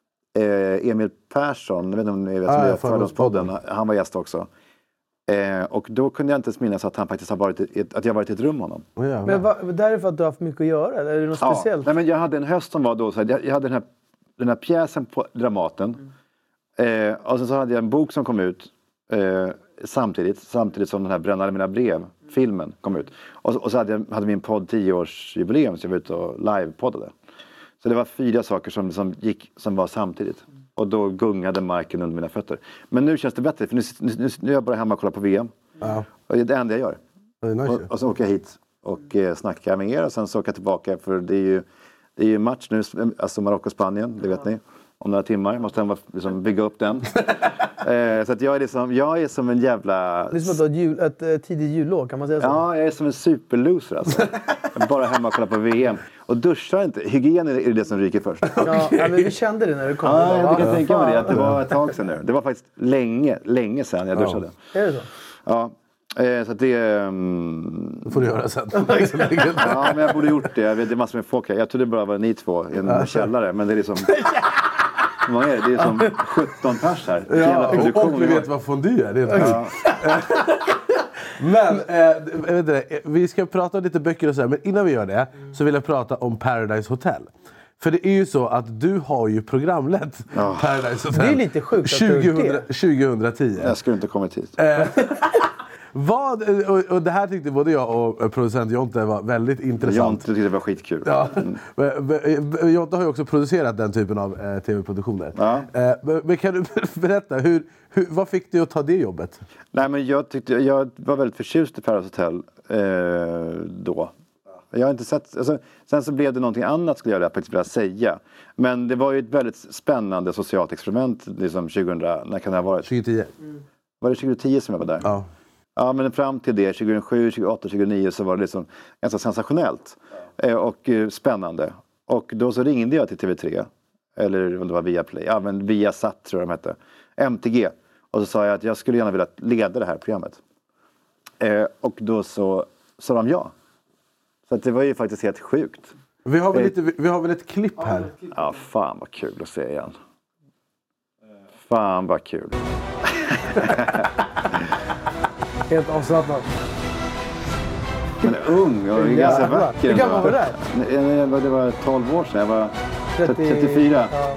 eh, Emil Persson, jag vet inte om ni vet, som ah, jag Fördomspodden, han var gäst också. Eh, och då kunde jag inte minnas att han faktiskt har varit i ett, att jag varit i ett rum med honom. Oh, ja, men va, det är för att du har haft mycket att göra, eller är det något ja, speciellt? Nej, men jag hade en höst som var då, så här, jag, jag hade den här, den här pjäsen på Dramaten. Mm. Eh, och sen så hade jag en bok som kom ut eh, samtidigt, samtidigt som den här Bränna alla mina brev, filmen, kom ut. Och, och så hade jag hade min podd tio-årsjubileum, så jag var ute och live-poddade. Så det var fyra saker som, som, gick, som var samtidigt. Och då gungade marken under mina fötter. Men nu känns det bättre, för nu, nu, nu är jag bara hemma och kollar på V M. Ja. Och det är det enda jag gör. Det är nice. och, och så åker jag hit och eh, snackar med er, och sen så åker jag tillbaka, för det är ju, det är ju match nu, alltså Marocko-Spanien, det vet ni. Om några timmar, måste jag liksom bygga upp den. eh, så att jag är liksom, jag är som en jävla... Det är som att du har ett, jul, ett, ett tidigt jullov, kan man säga så? Ja, jag är som en superloser alltså. Bara hemma och kolla på V M. Och duschar inte. Hygien är det som ryker först. Ja, men vi kände det när du kom. Ja, jag kan tänka mig det. Att det var ett tag sedan nu. Det var faktiskt länge, länge sedan jag duschade. Ja. Är det så? Ja. Eh, så att det... Um... Det får du göra sen. Ja, men jag borde gjort det. Jag vet, det är massor med folk här. Jag trodde det bara var ni två i en ja. källare. Men det är liksom... Vad är det? Det är som sjutton pers här. Ja, och, och vi vet vad fondue är. Det är ja. Men, äh, vet du, vi ska prata om lite böcker och så här, men innan vi gör det så vill jag prata om Paradise Hotel. För det är ju så att du har ju programlett oh. Paradise Hotel. Det är lite sjukt tjugo tjugohundratio. Jag skulle inte kommit hit. Vad, och, och det här tyckte både jag och producent Jonte var väldigt intressant. Jonte tyckte det var skitkul. Ja. Mm. Jonte har ju också producerat den typen av eh, tv-produktioner. Ja. Eh, men, men kan du berätta, hur, hur, vad fick du att ta det jobbet? Nej, men jag, tyckte, jag var väldigt förtjust i Paradise Hotel eh, då. Jag har inte sett, alltså, sen så blev det någonting annat, skulle jag faktiskt vilja säga. Men det var ju ett väldigt spännande socialt experiment liksom tjugohundra, när kan det ha varit? tjugohundratio. Mm. Var det tjugohundratio som jag var där? Ja. Ja, men fram till det, tjugohundrasju, tjugoåtta, tjugonio, så var det liksom ganska sensationellt eh, och eh, spännande. Och då så ringde jag till T V tre, eller om det var Viaplay, ja men Viasat tror jag de hette, M T G. Och så sa jag att jag skulle gärna vilja leda det här programmet. Eh, och då så sa de ja. Så att det var ju faktiskt helt sjukt. Vi har väl, lite, vi har väl ett klipp här? Ja, fan vad kul att se igen. Fan vad kul. Helt avslappnad. Men ung och ganska vacker. Hur gammal var det där? Det var tolv år sedan. Jag var trettiofyra. Ja.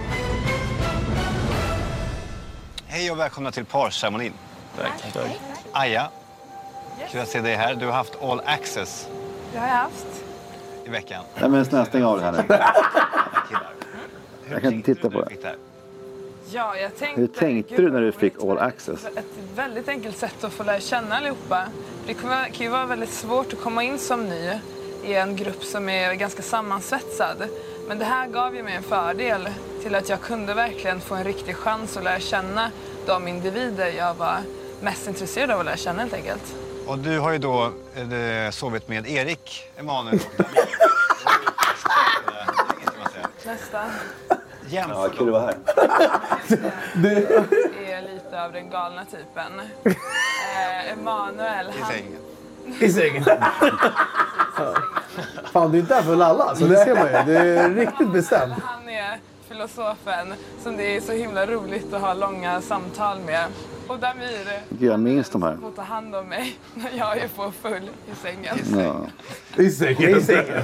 Hej och välkomna till parceremonin. Tack. Tack. Aja, kul att se dig här. Du har haft all access. Det har jag haft. I veckan. Nej, men snälla stäng av det här nu. Jag kan inte titta på det. Ja, jag tänkte, Hur tänkte du när du fick all access? Ett väldigt enkelt sätt att få lära känna allihopa. Det kan ju vara väldigt svårt att komma in som ny i en grupp som är ganska sammansvetsad. Men det här gav ju mig en fördel till att jag kunde verkligen få en riktig chans att lära känna de individer jag var mest intresserad av att lära känna helt enkelt. Och du har ju då eh, sovit med Erik, Emanuel och David. Nästa. Ja, kul att vara här. Det är lite av den galna typen. eh, Emanuel, han... I sängen. I sängen. Fan, du är inte där för lalla, så det ser man ju. Du är riktigt bestämd. Han är filosofen som det är så himla roligt att ha långa samtal med. Och Damir, jag minns de här. får ta hand om mig när jag är på full i sängen. Ja. I sängen. I sängen.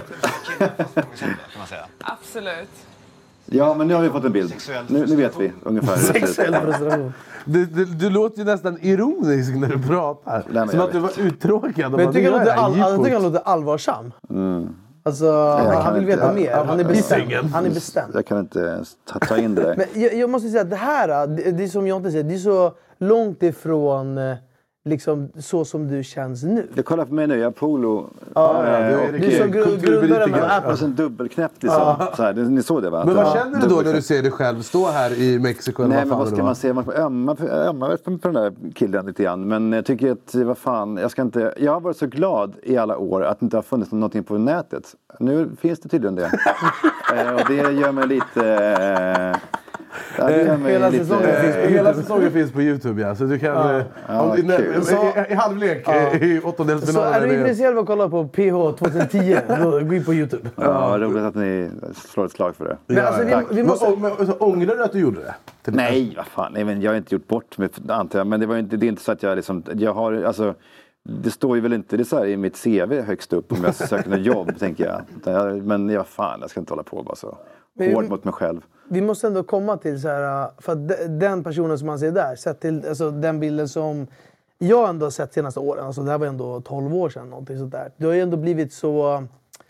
Kan man säga. Absolut. Ja, men nu har vi fått en bild. Nu, nu vet vi ungefär. Sexuell frustration. Du, du, du låter ju nästan ironisk när du pratar. Nej, som att du var uttråkad. Men jag tycker han låter, all, jag tycker han låter allvarsam. Mm. Alltså, han vill inte, veta mer. Han är bestämd. Han är Jag, bestämd. jag kan inte ta, ta in det där. Men jag, jag måste säga att det här, det, det är som jag inte säger, det är så långt ifrån liksom, så som du känns nu. Jag kollar på mig nu, jag har polo. Ja, ja, ja. Du är som gru- grundare med Apple. Och sen dubbelknäppt liksom. Ja. Så här, ni såg det va? Men vad känner du då när du ser dig själv stå här i Mexiko? Nej, vad men vad ska det man säga? Man får ömma för, ömma för, för den där killen lite grann. Men jag tycker att, vad fan, jag ska inte... Jag har varit så glad i alla år att det inte har funnits någonting på nätet. Nu finns det tydligen det. eh, och det gör mig lite... Eh, ja, det gör mig hela, lite, säsongen eh, finns på, hela säsongen finns på YouTube, ja. Så du kan... Ja. Eh, Ja, om, i, kul. i, I halvlek, Ja. i åttondelsfinalen. Så är du intresserad av att kolla på P H tjugohundratio, då gå in på YouTube. Ja, roligt att ni slår ett slag för det. Men alltså, vi, vi måste... men, men, så, ångrar du att du gjorde det? Nej, vad fan. Nej, men jag har inte gjort bort mig, antar jag. Men det, var inte, det är inte så att jag liksom... Jag har, alltså, det står ju väl inte det så här i mitt C V högst upp om jag söker något jobb, tänker jag. jag. Men ja, fan, jag ska inte hålla på bara så. Hård mot mig själv. Vi måste ändå komma till så här, för att den personen som man ser där, sett till alltså den bilden som jag ändå har sett senaste åren, alltså det här var ändå tolv år sedan, någonting sånt där. Du har ju ändå blivit så,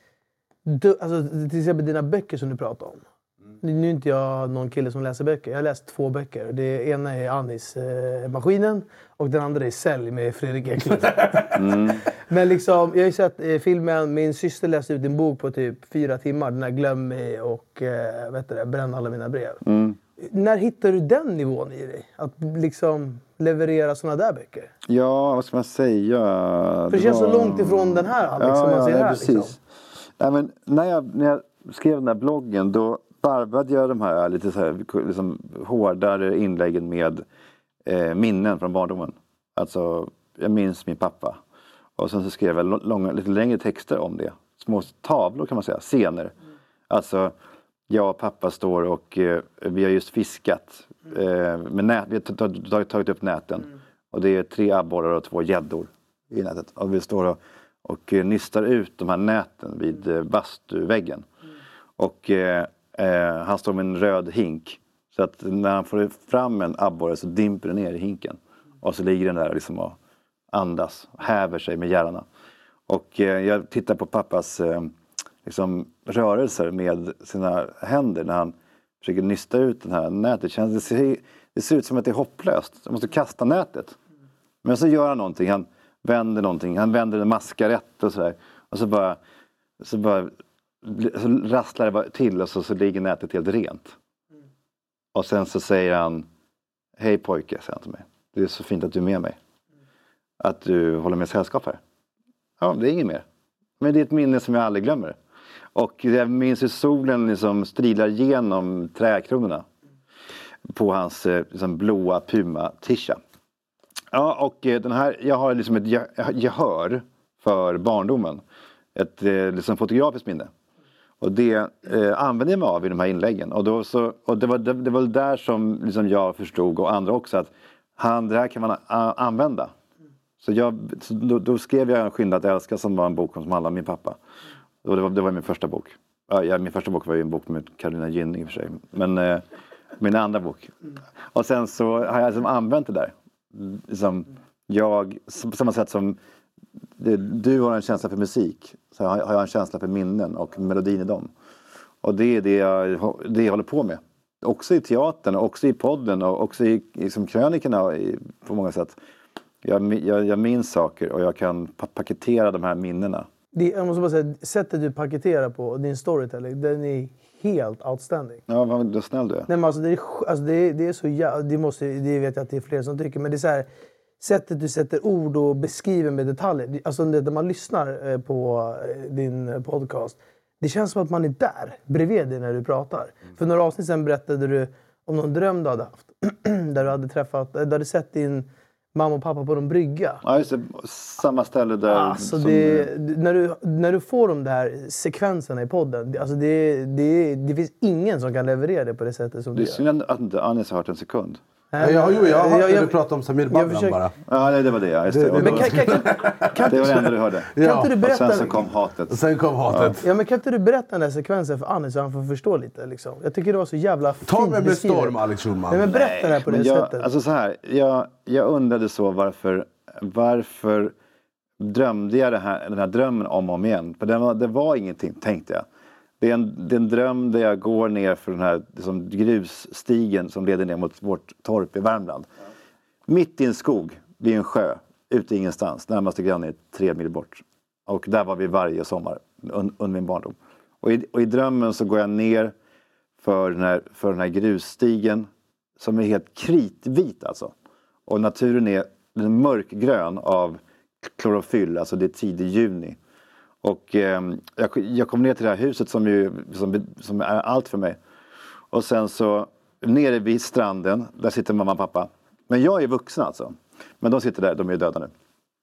du, alltså till exempel dina böcker som du pratar om. Nu är inte jag någon kille som läser böcker, jag har läst två böcker. Det ena är Anis eh, Maskinen och den andra är Sälj med Fredrik Eklund. Mm. Men liksom, jag har ju sett eh, filmen, min syster läste ut en bok på typ fyra timmar, den här Glöm mig och eh, vet du det, Bränn alla mina brev. Mm. När hittar du den nivån i dig? Att liksom leverera såna där böcker? Ja, vad ska man säga? För det, det känns var... så långt ifrån den här Alex, ja, som man ja, ser nej, här. Precis. Liksom. Nej, men när, jag, när jag skrev den här bloggen, då varvade jag de här lite så här, liksom, hårdare inläggen med eh, minnen från barndomen. Alltså, jag minns min pappa. Och sen så skrev jag långa, lite längre texter om det. Små tavlor kan man säga, scener. Mm. Alltså, jag och pappa står och eh, vi har just fiskat. Eh, med nät, vi har tagit, tagit upp näten. Mm. Och det är tre abborrar och två gäddor i nätet. Och vi står och, och nystar ut de här näten vid eh, bastuväggen. Mm. Och... Eh, Eh, han står med en röd hink. Så att när han får fram en abborre så dimper den ner i hinken. Och så ligger den där liksom och andas. Häver sig med hjärna. Och eh, jag tittar på pappas eh, liksom, rörelser med sina händer. När han försöker nysta ut den här nätet. Det, känns, det, ser, det ser ut som att det är hopplöst. Jag måste kasta nätet. Men så gör han någonting. Han vänder någonting. Han vänder en maskarett och sådär. Och så bara... Så bara så rasslar det bara till och så, så ligger nätet helt rent. Mm. Och sen så säger han: hej pojke, säger han till mig. Det är så fint att du är med mig. Mm. Att du håller med sällskap här. Ja, det är inget mer. Men det är ett minne som jag aldrig glömmer. Och jag minns hur solen liksom strilar genom träkronorna. Mm. På hans liksom, blåa Puma-tisha. Ja, och den här, jag har liksom ett gehör för barndomen. Ett liksom, fotografiskt minne. Och det eh, använde jag mig av i de här inläggen. Och, då så, och det var det, det var där som liksom jag förstod, och andra också, att han, det här kan man a, använda. Mm. Så, jag, så då, då skrev jag En skynda att älska, som var en bok som handlade om min pappa. Och det var, det var min första bok. Ja, min första bok var ju en bok med Carolina Gynning i och för sig. Men eh, min andra bok. Mm. Och sen så har jag liksom använt det där. Liksom, jag, på samma sätt som det, du har en känsla för musik, så har jag en känsla för minnen och melodin i dem. Och det är det jag, det jag håller på med. Också i teatern, också i podden och också i liksom, krönikerna i, på många sätt. Jag, jag, jag minns saker och jag kan paketera de här minnena. Det, jag måste bara säga, sättet du paketerar på din storytelling, den är helt outstanding. Ja, vad snäll du är. Nej, men alltså, det, är alltså, det, är, det är så jävla... Det, måste, det vet jag att det är fler som tycker, men det är så här... Sättet du sätter ord och beskriver med detaljer. Alltså när man lyssnar på din podcast. Det känns som att man är där, bredvid dig när du pratar. Mm. För några avsnitt sen berättade du om någon dröm du hade haft. där du hade träffat, där du hade sett din mamma och pappa på de brygga. Ja, just det. Samma ställe där. Alltså som... det, när, du, när du får de där sekvenserna i podden, alltså det, det, det finns ingen som kan leverera det på det sättet som det du gör. Det är synd att inte Anis har hört en sekund. Ja, jag, jo, jag har hört när du pratade om Samir Badran försöker... bara. Ja, nej, det var det. Ja, just det. det, det, men kan, kan, kan, kan, det var det enda du hörde. Kan ja. inte du berätta... Och sen så kom hatet. Och sen kom hatet. Ja. ja, men kan inte du berätta den där sekvensen för Anis så han får förstå lite? Liksom? Jag tycker det var så jävla fint. Ta mig med storm, Alex Schulman. Nej, men berätta det här på det jag, sättet. Alltså så här, jag, jag undrade så varför, varför drömde jag det här, den här drömmen om och om igen. För det var, det var ingenting, tänkte jag. Det är, en, det är en dröm där jag går ner för den här liksom, grusstigen som leder ner mot vårt torp i Värmland. Ja. Mitt i en skog, vid en sjö, ute ingenstans. Närmaste granne är tre mil bort. Och där var vi varje sommar un, under min barndom. Och i, och i drömmen så går jag ner för den, här, för den här grusstigen som är helt kritvit alltså. Och naturen är den mörkgrön av klorofyll, alltså det är tidig juni. Och eh, jag, jag kom ner till det här huset som, ju, som, som är allt för mig. Och sen så nere vid stranden, där sitter mamma och pappa. Men jag är vuxen alltså. Men de sitter där, de är döda nu.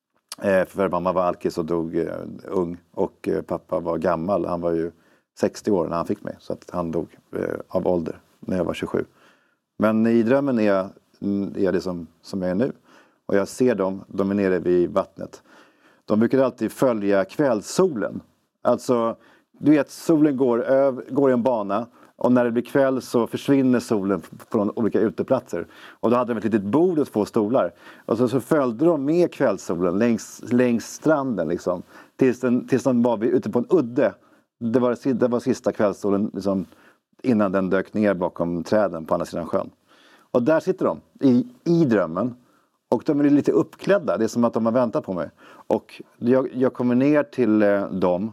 Eh, för mamma var alkis och dog eh, ung. Och eh, pappa var gammal, han var ju sextio år när han fick mig. Så att han dog eh, av ålder när jag var tjugosju. Men i drömmen är jag, är jag det som, som jag är nu. Och jag ser dem, de är nere vid vattnet. De brukar alltid följa kvällssolen. Alltså, du vet, solen går, över, går i en bana. Och när det blir kväll så försvinner solen från olika uteplatser. Och då hade de ett litet bord och två stolar. Och så, så följde de med kvällssolen längs, längs stranden. Liksom, tills, den, tills de var ute på en udde. Det var, det var sista kvällssolen liksom, innan den dök ner bakom träden på andra sidan sjön. Och där sitter de i, i drömmen. Och de är lite uppklädda. Det är som att de har väntat på mig. Och jag, jag kommer ner till eh, dem.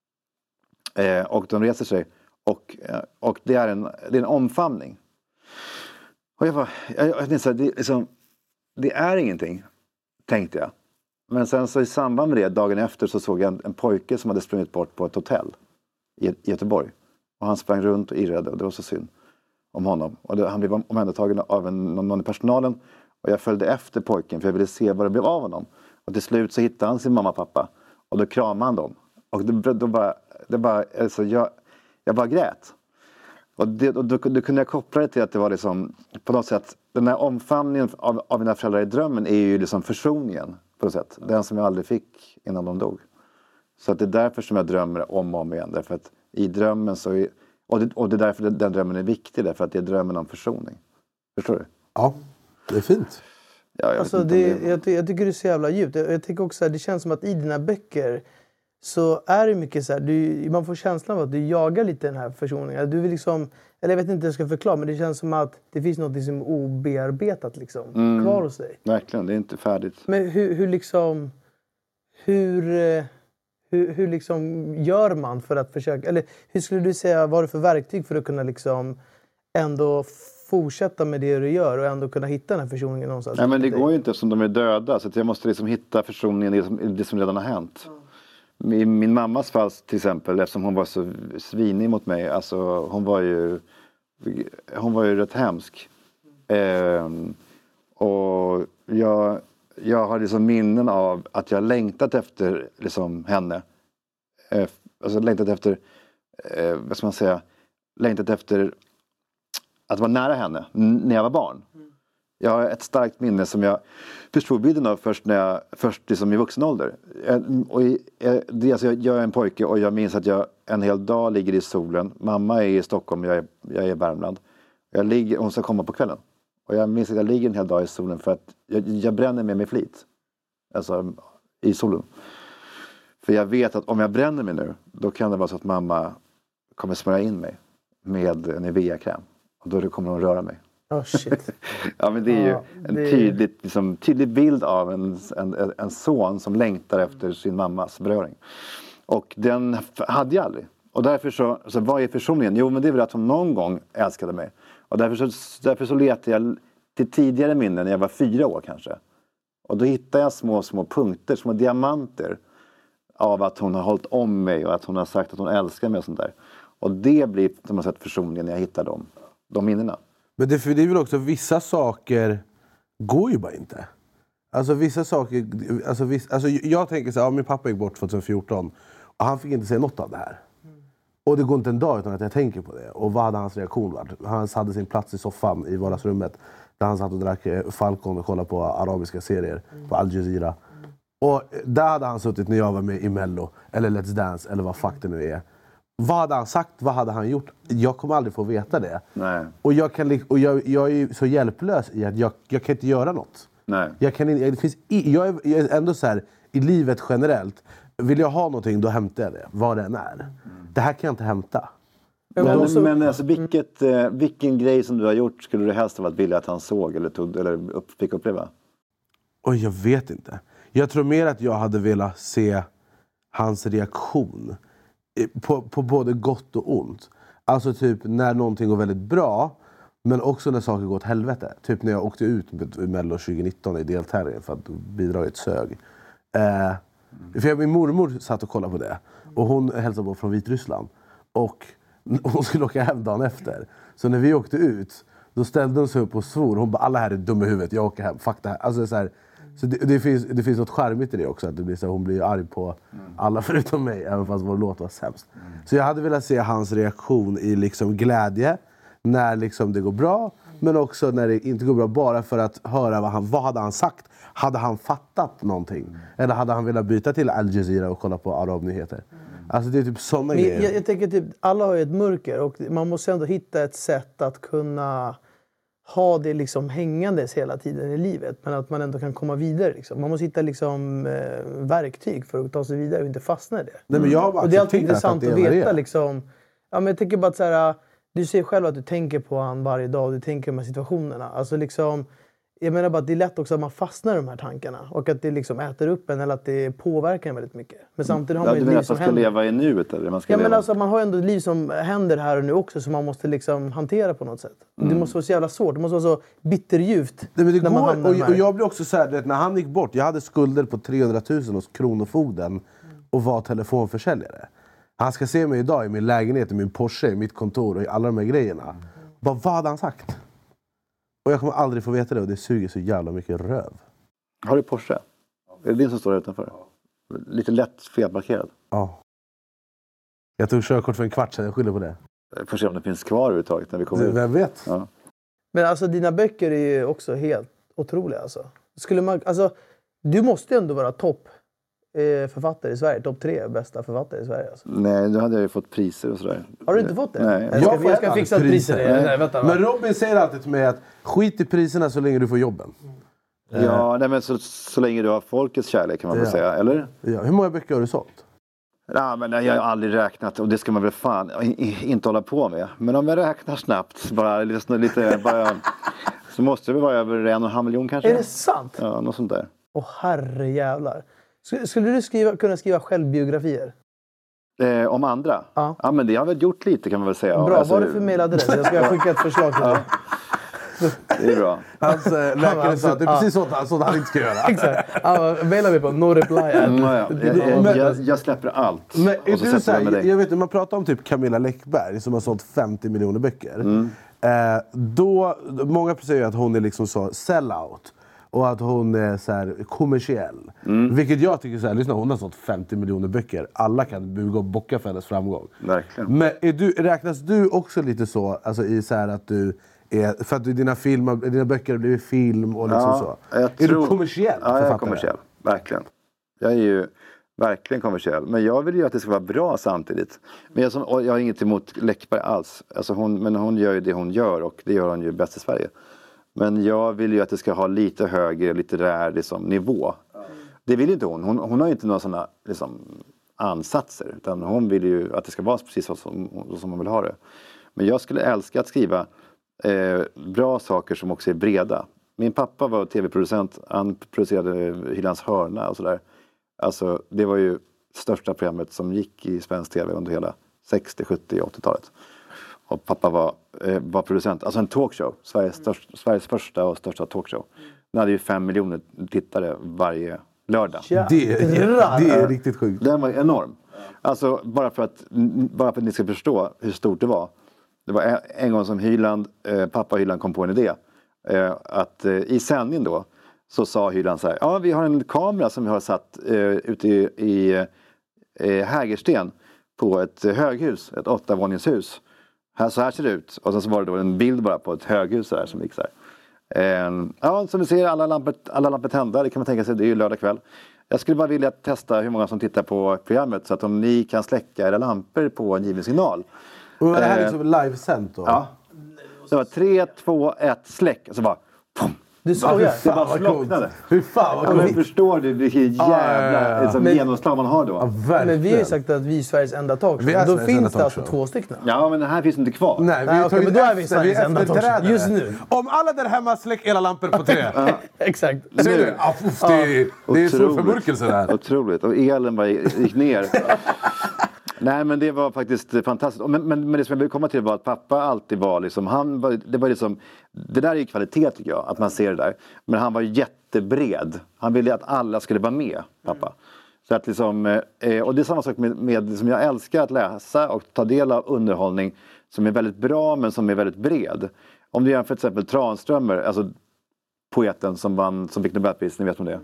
Eh, och de reser sig. Och, eh, och det, är en, det är en omfamning. Och jag bara... Jag, jag, jag, det, liksom, det är ingenting. Tänkte jag. Men sen så i samband med det, dagen efter, så såg jag en, en pojke som hade sprungit bort på ett hotell. I, i Göteborg. Och han sprang runt och irrade. Och det var så synd om honom. Och det, han blev omhändertagen av en, någon i personalen. Och jag följde efter pojken för jag ville se vad det blev av honom. Och till slut så hittade han sin mamma och pappa. Och då kramade han dem. Och då, då bara, det bara, alltså jag, jag bara grät. Och, det, och då, då kunde jag koppla det till att det var liksom, på något sätt, den här omfamningen av, av mina föräldrar i drömmen är ju liksom försoningen. På något sätt. Den som jag aldrig fick innan de dog. Så att det är därför som jag drömmer om och om igen. Därför att i drömmen så är, och det, och det är därför den, den drömmen är viktig. Därför att det är drömmen om försoning. Förstår du? Ja. Det är fint. Ja, jag, alltså, det, det... Jag, jag tycker det är så jävla djupt. Jag, jag tycker också att det känns som att i dina böcker så är det mycket så här, du, man får känslan av att du jagar lite den här försoningen. Du vill liksom, eller jag vet inte hur jag ska förklara, men det känns som att det finns något som är obearbetat liksom, mm, kvar hos dig. Verkligen, det är inte färdigt. Men hur, hur liksom, hur, hur, hur liksom gör man för att försöka, eller hur skulle du säga, vad är det för verktyg för att kunna liksom ändå fortsätta med det du gör och ändå kunna hitta den här försoningen någonstans? Nej, men det går ju inte eftersom de är döda. Så att jag måste liksom hitta försoningen i det som, det som redan har hänt. Mm. I min mammas fall till exempel, eftersom hon var så svinig mot mig. Alltså hon var ju, hon var ju rätt hemsk. Mm. Eh, och jag, jag har liksom minnen av att jag längtat efter liksom henne. Eh, alltså längtat efter, eh, vad ska man säga, längtat efter att vara nära henne när jag var barn. Mm. Jag har ett starkt minne som jag förstod bilden av först, när jag, först liksom i vuxen ålder. Och i, det, alltså jag, jag är en pojke och jag minns att jag en hel dag ligger i solen. Mamma är i Stockholm och jag är, jag är i Värmland. Jag ligger, hon ska komma på kvällen. Och jag minns att jag ligger en hel dag i solen för att jag, jag bränner mig med flit. Alltså i solen. För jag vet att om jag bränner mig nu, då kan det vara så att mamma kommer smörja in mig med en Nivea-kräm. Och då kommer hon röra mig. Oh shit. Ja, men det är ju ja, en det... tydlig, liksom, tydlig bild av en, en, en son som längtar efter sin mammas beröring. Och den hade jag aldrig. Och därför så, så vad är försoningen? Jo, men det är väl att hon någon gång älskade mig. Och därför så, därför så letade jag till tidigare minnen när jag var fyra år kanske. Och då hittade jag små, små punkter, små diamanter av att hon har hållit om mig och att hon har sagt att hon älskar mig och sånt där. Och det blir på något sätt försoningen när jag hittar dem. De minnena. Men det, för det är väl också vissa saker går ju bara inte. Alltså vissa saker, alltså, viss, alltså jag tänker så här, ja, min pappa gick bort tjugohundrafjorton och han fick inte se något av det här. Mm. Och det går inte en dag utan att jag tänker på det. Och vad hade hans reaktion varit? Han hade sin plats i soffan i vardagsrummet där han satt och drack Falcon och kollade på arabiska serier mm. på Al Jazeera. Mm. Och där hade han suttit när jag var med i Mello eller Let's Dance eller vad fuck det nu är. Vad hade han sagt? Vad hade han gjort? Jag kommer aldrig få veta det. Nej. Och, jag, kan, och jag, jag är så hjälplös i att jag, jag kan inte göra något. Nej. Jag, kan, det finns, jag, är, jag är ändå så här, i livet generellt, vill jag ha någonting då hämtar jag det, vad det än är. Mm. Det här kan jag inte hämta. Men, också, men alltså, vilket, eh, vilken grej som du har gjort skulle du helst ha vilja att han såg eller, tog, eller upp, fick uppleva? Oj, jag vet inte. Jag tror mer att jag hade velat se hans reaktion. På, på både gott och ont. Alltså typ när någonting går väldigt bra. Men också när saker går åt helvete. Typ när jag åkte ut med Mello tjugonitton i deltävlingen för att bidraget sög. Eh, för jag, min mormor satt och kollade på det. Och hon hälsade på från Vitryssland. Och hon skulle åka hem dagen efter. Så när vi åkte ut, då ställde hon sig upp och svor. Hon bara, alla här är dumma i huvudet, jag åker hem. Fuck det här. Alltså så här, så det, det, finns, det finns något charmigt i det också. Att det blir så, hon blir arg på mm. alla förutom mig. Även fast vår låt var sämst. Mm. Så jag hade velat se hans reaktion i liksom glädje. När liksom det går bra. Mm. Men också när det inte går bra. Bara för att höra vad han, vad hade han sagt. Hade han fattat någonting? Mm. Eller hade han velat byta till Al Jazeera och kolla på arabnyheter? Mm. Alltså det är typ sådana Men grejer. Jag, jag tänker typ, alla har ju ett mörker. Och man måste ändå hitta ett sätt att kunna ha det liksom hängandes hela tiden i livet. Men att man ändå kan komma vidare. Liksom. Man måste hitta liksom, eh, verktyg för att ta sig vidare och inte fastna i det. Nej, men jag har bara och det är alltid intressant att, att veta. Liksom, ja, men jag tänker bara att så här, du ser själv att du tänker på han varje dag. Och du tänker på de här situationerna. Alltså liksom, jag menar bara att det är lätt också att man fastnar i de här tankarna. Och att det liksom äter upp en eller att det påverkar en väldigt mycket. Men samtidigt har ja, man ju ett liv som händer. Du menar att man ska leva i nuet? Eller? Man ska ja, leva... men alltså man har ju ändå ett liv som händer här och nu också. Som man måste liksom hantera på något sätt. Mm. Det måste vara så jävla svårt. Det måste vara så bitterljuvt. Nej, men det när går, man hamnar och, och jag blir också så här, vet, när han gick bort. Jag hade skulder på trehundratusen hos Kronofogden. Mm. Och var telefonförsäljare. Han ska se mig idag i min lägenhet, i min Porsche, i mitt kontor och i alla de här grejerna. Mm. Bara, vad hade han sagt? Och jag kommer aldrig få veta det och det suger så jävla mycket röv. Har du Porsche? Är det din som står där utanför? Lite lätt felparkerad. Ja. Jag tog körkort för en kvart sedan, jag skyller på det. Jag får se om det finns kvar överhuvudtaget när vi kommer det, ut. Vem vet? Ja. Men alltså dina böcker är ju också helt otroliga alltså. Skulle man, alltså du måste ju ändå vara topp eh, författare i Sverige. Topp tre bästa författare i Sverige alltså. Nej, då hade jag ju fått priser och sådär. Har du inte fått det? Nej. Jag ska, jag ska fixa priser. priser. Nej, vänta, men Robin säger alltid till mig att skit i priserna så länge du får jobben. Mm. Ja, nej, men så, så länge du har folkets kärlek kan man väl ja. säga, eller? Ja. Hur många böcker har du sålt? Ja, men jag har aldrig räknat och det ska man väl fan inte hålla på med. Men om jag räknar snabbt, bara lite, lite bara, så måste det vara över en och en halv miljon kanske. Är det sant? Ja, något sånt där. Åh herre jävlar. Skulle du skriva, kunna skriva självbiografier? Eh, om andra? Ja. Ja, men det har väl gjort lite kan man väl säga. Bra, alltså, vad är det för mailadress? Jag ska skicka ett förslag till dig. Ja. Det är bra. Hans äh, läkare sa att det är precis sånt han, sånt han inte ska göra. Exakt. Ja, mailar vi på no reply. Mm, ja. jag, jag, jag, jag släpper allt. Men, och så sätter så här, jag, jag vet, man pratar om typ Camilla Läckberg som har sålt femtio miljoner böcker. Mm. Eh, då, många säger att hon är liksom så sell-out. Och att hon är så här kommersiell. Mm. Vilket jag tycker så här, lyssna, hon har sålt femtio miljoner böcker. Alla kan buga och bocka för hennes framgång. Verkligen. Men är du, räknas du också lite så, alltså i så här att du är, för att dina, film, dina böcker har blivit film och liksom ja, så. Är tror, du kommersiell? Ja, jag är kommersiell. Verkligen. Jag är ju verkligen kommersiell. Men jag vill ju att det ska vara bra samtidigt. Men jag, som, jag har inget emot Läckberg alls. Alltså hon, men hon gör ju det hon gör och det gör hon ju bäst i Sverige. Men jag vill ju att det ska ha lite högre litterär liksom, nivå. Mm. Det vill inte hon. Hon, hon har ju inte några sådana liksom, ansatser. Utan hon vill ju att det ska vara precis så som, som hon vill ha det. Men jag skulle älska att skriva eh, bra saker som också är breda. Min pappa var tv-producent. Han producerade Hylands hörna och sådär. Alltså det var ju största programmet som gick i svensk tv under hela sextio, sjuttio, åttiotalet. Och pappa var, eh, var producent. Alltså en talkshow. Sveriges, största, Sveriges första och största talkshow. Den hade ju fem miljoner tittare varje lördag. Ja, det, är, det är riktigt sjukt. Den var enorm. Alltså bara för, att, bara för att ni ska förstå hur stort det var. Det var en, en gång som Hyland, eh, pappa Hyland kom på en idé. Eh, att eh, i sändning då så sa Hyland så här. Ja, vi har en kamera som vi har satt eh, ute i, i eh, Hägersten på ett eh, höghus. Ett åttavåningshus. Här, så här ser det ut. Och sen så var det då en bild bara på ett höghus där som gick så här. Eh, ja, som vi ser alla lampor, alla lampor tända. Det kan man tänka sig, det är ju lördag kväll. Jag skulle bara vilja testa hur många som tittar på programmet. Så att om ni kan släcka era lampor på en given signal. Och det här är liksom livesänt då? Ja. Det var tre, två, ett, släck. Och så bara... Pum. Du sa ja, det bara slocknade. Hur fan vad ja, men förstår du vilken jävla ah, ja, ja. liksom, genomslag man har då? Ja, men vi har ju sagt att vi är Sveriges enda talkshow. Då finns det alltså två stycken. Ja, men den här finns inte kvar. Nej, vi Nej, har okay, men då är vi Sveriges enda talkshow. Just nu. Om alla där hemma släcker era lampor på tre. Ja. Exakt. Ser du? Ja, uff, det, är, det är stor förmörkelse där. Otroligt. Och elen bara gick ner. Nej, men det var faktiskt fantastiskt. Men, men, men det som jag vill komma till var att pappa alltid var liksom, han var, det var liksom, det där är ju kvalitet tycker jag, att man ser det där. Men han var jättebred. Han ville att alla skulle vara med, pappa. Så att liksom, eh, och det är samma sak med, med liksom, jag älskar att läsa och ta del av underhållning som är väldigt bra men som är väldigt bred. Om du jämför till exempel Tranströmer, alltså poeten som, vann, som fick Nobelpris, ni vet om det.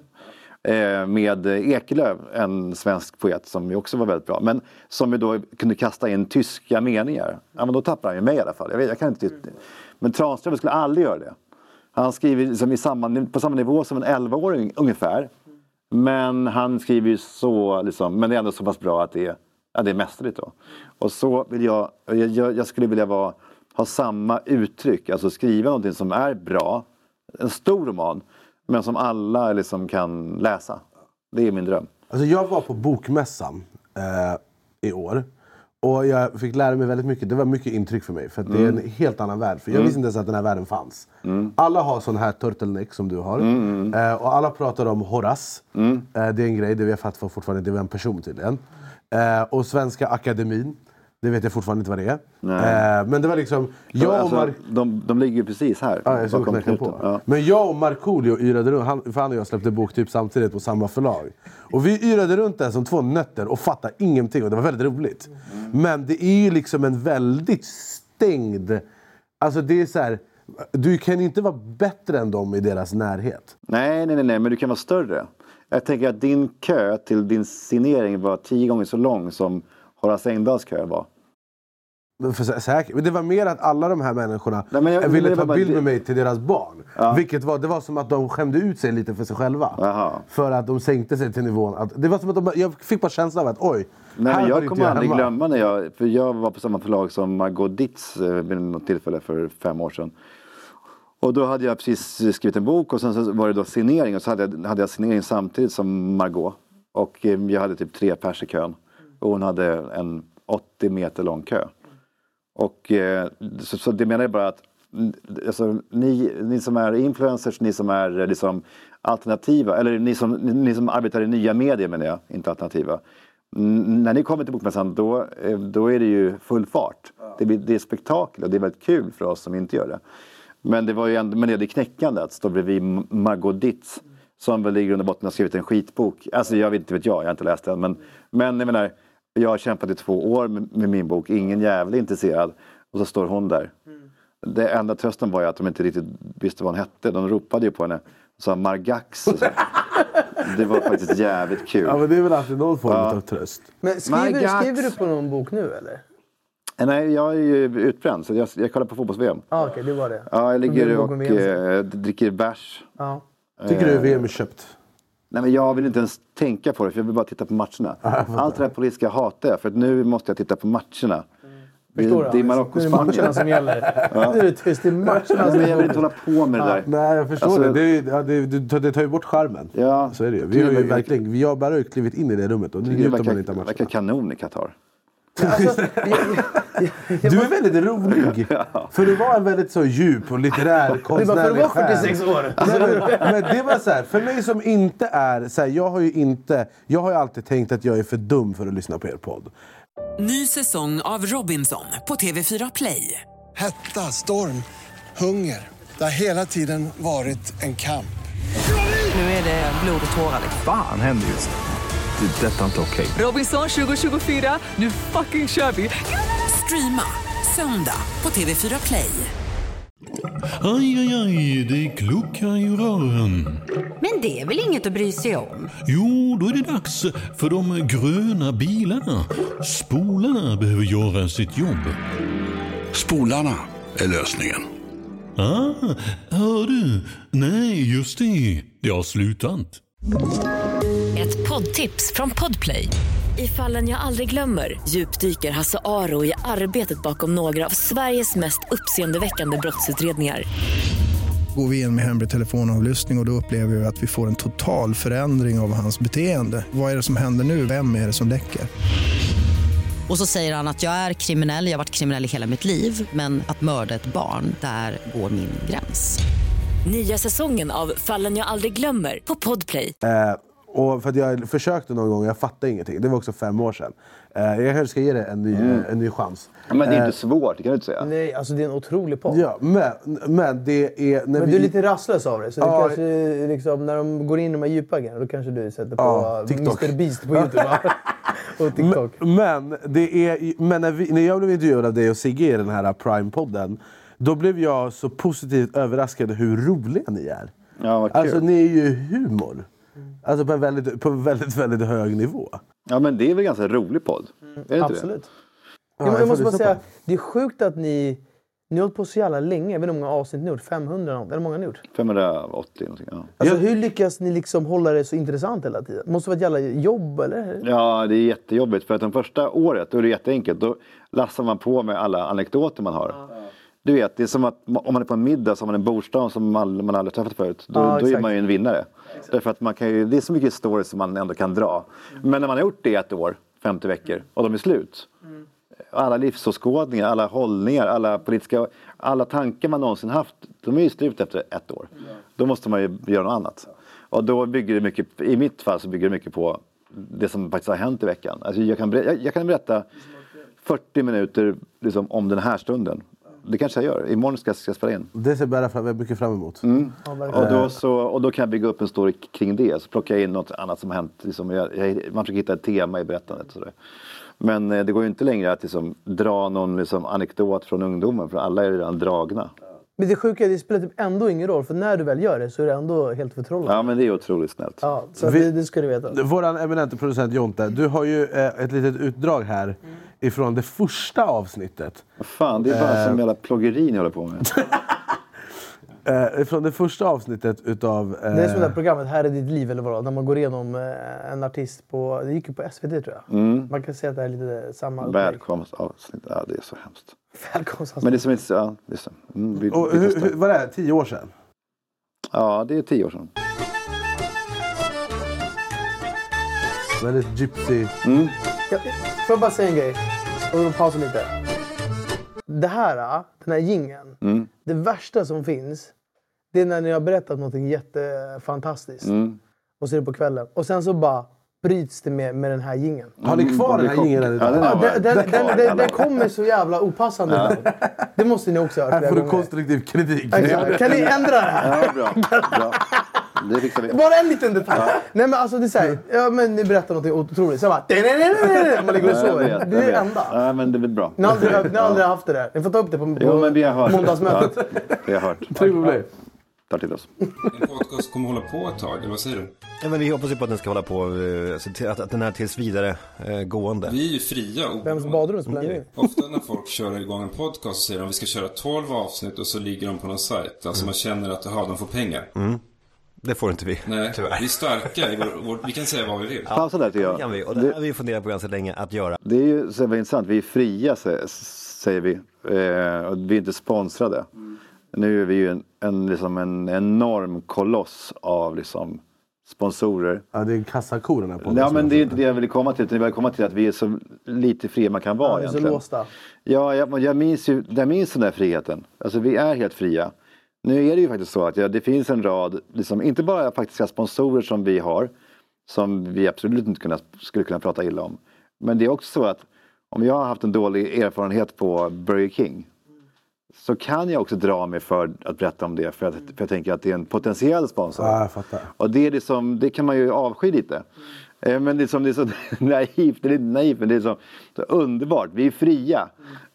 Med Ekelöf, en svensk poet som ju också var väldigt bra. Men som ju då kunde kasta in tyska meningar. Ja, men då tappar han ju mig i alla fall. Jag vet, jag kan inte... Men Tranströmer skulle aldrig göra det. Han skriver liksom i samma, på samma nivå som en elvaåring ungefär. Men han skriver ju så, liksom, men det är ändå så pass bra att det är, ja, det är mästerligt då. Och så vill jag, jag, jag skulle vilja vara, ha samma uttryck. Alltså skriva någonting som är bra. En stor roman. Men som alla liksom kan läsa. Det är min dröm. Alltså jag var på bokmässan eh, i år. Och jag fick lära mig väldigt mycket. Det var mycket intryck för mig. För att mm. det är en helt annan värld. För jag mm. visste inte ens att den här världen fanns. Mm. Alla har sån här turtleneck som du har. Mm. Eh, och alla pratar om Horace. Mm. Eh, det är en grej. Det vet jag fortfarande. Det var en person tydligen. Eh, och Svenska Akademin. Det vet jag fortfarande inte vad det är. Eh, men det var liksom... Jag alltså, och Mar- de, de ligger ju precis här. Ja, jag såg knäcka på. Ja. Men jag och Markoolio yrade runt. Han, för han och jag släppte bok typ samtidigt på samma förlag. Och vi yrade runt där som två nötter och fattade ingenting. Och det var väldigt roligt. Mm. Men det är ju liksom en väldigt stängd... Alltså det är så här... Du kan inte vara bättre än dem i deras närhet. Nej, nej, nej, nej. Men du kan vara större. Jag tänker att din kö till din signering var tio gånger så lång som Horace Engdahls kö var. För säkert. Men det var mer att alla de här människorna Nej, men jag, ville men ta bara, bild med det... mig till deras barn. Ja. Vilket var, det var som att de skämde ut sig lite för sig själva. Jaha. För att de sänkte sig till nivån. Att, det var som att de, jag fick bara känslan av att oj, Nej, här men jag var kommer aldrig hemma. glömma när jag... För jag var på samma förlag som Margot Dietz vid något tillfälle för fem år sedan. Och då hade jag precis skrivit en bok och sen så var det då signering. Och så hade jag, hade jag signering samtidigt som Margot. Och jag hade typ tre pers i kön. Och hon hade en åttio meter lång kö. Och så, så det menar jag bara att alltså, ni, ni som är influencers, ni som är liksom alternativa, eller ni som, ni som arbetar i nya medier menar jag, inte alternativa. N- när ni kommer till Bokmässan då, då är det ju full fart. Det, blir, det är spektakel och det är väldigt kul för oss som inte gör det. Men det var ju ändå, men det är det knäckande att stå bredvid Margot Dietz som väl ligger under botten och har skrivit en skitbok. Alltså jag vet inte, vet jag, jag har inte läst den. Men, men jag menar, jag har kämpat i två år med, med min bok. Ingen jävla intresserad. Och så står hon där. Mm. Det enda trösten var ju att de inte riktigt visste vad hon hette. De ropade ju på henne. Och sa Margax. Och så. Det var faktiskt jävligt kul. Ja, men det är väl alltid någon form av ja. tröst. Men skriver, skriver du på någon bok nu eller? Nej, jag är ju utbränd. Så jag, jag kollar på fotbolls-V M. Ah, okej, okay, det var det. Ja, jag ligger och, och äh, dricker bärs. Ja. Tycker du V M är köpt? Nej, men jag vill inte ens tänka på det, för jag vill bara titta på matcherna. Allt det här politiska hatar jag, för att nu måste jag titta på matcherna. Förstår det, det är Marockos Spanien. Det är matcherna som gäller. Ja. Nu är det tyst, det är matcherna som men jag vill inte hålla på med det där. Nej, jag förstår alltså, det. Det, är, ja, det, det. Det tar ju bort charmen. Ja. Så är det ju. Vi har ju verkligen, vi har bara klivit in i det rummet och nu njuter man inte av matcherna. Verkar kanon i Qatar. Alltså, jag, jag, jag, du är väldigt rolig. Ja. För du var en väldigt så djup och litterär konstnärlig själ. Du var fyrtiosex år. Alltså, men det var så här, för mig som inte är så här, jag har ju inte, jag har ju alltid tänkt att jag är för dum för att lyssna på er podd. Ny säsong av Robinson på T V fyra Play. Hetta, storm, hunger. Det har hela tiden varit en kamp. Nu är det blod och tårar. Fan händer just det. Det är detta inte okej. Robinson tjugo tjugofyra, nu fucking kör vi. Streama Söndag på T V fyra Play. Aj, aj, aj, det kluckar i rören. Men det är väl inget att bry sig om? Jo, då är det dags för de gröna bilarna. Spolarna behöver göra sitt jobb. Spolarna är lösningen. Ah, hör du? Nej, just det. Det har slutat. Ett poddtips från Podplay. I Fallen jag aldrig glömmer djupdyker Hasse Aro i arbetet bakom några av Sveriges mest uppseendeväckande brottsutredningar. Går vi in med hemlig telefonavlyssning och, och då upplever vi att vi får en total förändring av hans beteende. Vad är det som händer nu? Vem är det som läcker? Och så säger han att jag är kriminell, jag har varit kriminell i hela mitt liv. Men att mörda ett barn, där går min gräns. Nya säsongen av Fallen jag aldrig glömmer på Podplay. Eh, och för att jag försökte någon gång, jag fattade ingenting. Det var också fem år sedan. Eh, jag kanske ska ge det en ny, mm. en ny chans. Ja, men det är eh, inte svårt, det kan du inte säga. Nej, alltså det är en otrolig podd. Ja, men, men det är... När men vi... du är lite rastlös av det. Så ja, det kanske, liksom, när de går in i de här djupa grejerna, då kanske du sätter på ja, mister Beast på YouTube. Och TikTok. Men, men, det är, men när, vi, när jag blev intervjuad av dig och Sigge i den här Prime-podden, då blev jag så positivt överraskad hur roliga ni är. Ja, vad kul. Alltså ni är ju humor. Alltså på en väldigt, på en väldigt, väldigt hög nivå. Ja, men det är väl ganska rolig podd. Mm. Är det Absolut. Inte det? Ja, jag, jag måste bara säga, det är sjukt att ni... Ni har hållit på så jävla länge. Jag vet inte hur många avsnitt ni har gjort. femhundra något. Eller många ni har gjort? femhundraåttio någonting, ja. Alltså hur lyckas ni liksom hålla det så intressant hela tiden? Måste det vara ett jävla jobb, eller? Ja, det är jättejobbigt. För att de första året, då är det jätteenkelt. Då lassar man på med alla anekdoter man har. Ja. Du vet, det är som att om man är på en middag så har man en bordsdag som man, man aldrig träffat förut. Då, ja, då är man ju en vinnare. Exakt. Därför att man kan ju, det är så mycket stories som man ändå kan dra. Mm. Men när man har gjort det ett år, femtio veckor, och de är slut. Mm. Alla livsåskådningar, alla hållningar, alla politiska, alla tankar man någonsin haft, de är ju slut efter ett år. Mm. Då måste man ju göra något annat. Och då bygger det mycket, i mitt fall så bygger det mycket på det som faktiskt har hänt i veckan. Alltså jag kan berätta, jag, jag kan berätta fyrtio minuter liksom, om den här stunden. Det kanske jag gör. Imorgon ska jag spela in. Det ser bara fram, mycket fram emot. Mm. Och, då så, och då kan jag bygga upp en story kring det. Så plockar jag in något annat som har hänt. Liksom jag, jag, man försöker hitta ett tema i berättandet. Så där. Men eh, det går ju inte längre att liksom, dra någon liksom, anekdot från ungdomen. För alla är redan dragna. Men det sjuka är att det spelar typ ändå ingen roll. För när du väl gör det så är det ändå helt förtrollande. Ja, men det är otroligt snällt. Ja, så Vi, det, det ska du veta. Våran eminente producent Jonte, du har ju eh, ett litet utdrag här. Mm. Ifrån det första avsnittet. Fan, det är bara uh, som jävla plågeri ni håller på med. uh, från det första avsnittet utav... Uh, det är som det här programmet Här är ditt liv eller vad. När man går igenom uh, en artist på... Det gick ju på S V T tror jag. Mm. Man kan säga att det är lite samma... Välkomstavsnitt. Ja, det är så hemskt. Välkomstavsnitt. Men det är som inte... Ja, det är så. Mm, vi, Och vi hur, hur, vad är det? Tio år sedan? Ja, det är tio år sedan. Väldigt gypsy. Mm. Ja, får jag bara säga en grej? Och pausa lite. Det här, den här jingeln. Mm. Det värsta som finns, det är när ni har berättat något jättefantastiskt. Mm. Och så är det på kvällen. Och sen så bara bryts det med, med den här jingeln. Har ni kvar den här jingeln? Ja, den, den, den, den, den, den kommer så jävla opassande. Ja. Det måste ni också ha hört. Här får du konstruktiv kritik. Exakt. Kan ni ändra det här? Ja, bra. bra. Det fixar vi. Bara en liten detalj. Ja. Nej men alltså det är så här, ja men ni berättar något otroligt. Så bara, nej nej nej nej. Man ligger och sover. Det är det enda. Ja men det blir bra. Ni har aldrig, ni har aldrig haft det där. Ni får ta upp det på, på jo, men vi har hört måndagsmötet. Ja, vi har hört. Trevligt. Tar till oss. En podcast kommer hålla på ett tag, eller vad säger du? Ja, men vi hoppas ju på att den ska hålla på, alltså, att, att den är tills vidare eh, gående. Vi är ju fria. Och, Vems badrum spelar ni? Ofta när folk kör igång en podcast så säger de att vi ska köra tolv avsnitt och så ligger de på någon sajt. Alltså mm. man känner att aha, de får pengar. Mm. Det får inte vi. Nej, tyvärr. Vi är starka. I vår, vår, vi kan säga vad vi vill. Ja, pausa där tycker jag. Det kan vi, och det har vi funderat på ganska länge att göra. Det är ju så intressant. Vi är fria, säger vi. Eh, och vi är inte sponsrade. Mm. Nu är vi ju en, en, liksom en enorm koloss av liksom sponsorer. Ja, det är kassakorna på. Ja, men det är inte det jag vill komma till. Utan jag vill komma till att vi är så lite fria man kan vara ja, egentligen. Så låsta. Ja, jag, jag minns ju jag minns den där friheten. Alltså vi är helt fria. Nu är det ju faktiskt så att ja, det finns en rad, liksom, inte bara faktiska sponsorer som vi har. Som vi absolut inte kunna, skulle kunna prata illa om. Men det är också så att om jag har haft en dålig erfarenhet på Burger King. Så kan jag också dra mig för att berätta om det. För, att, för jag tänker att det är en potentiell sponsor. Ja, jag fattar. Och det, är liksom, det kan man ju avsky lite. Mm. Men det är, som, det är så naivt. Det är inte naivt, men det är så, så underbart. Vi är fria.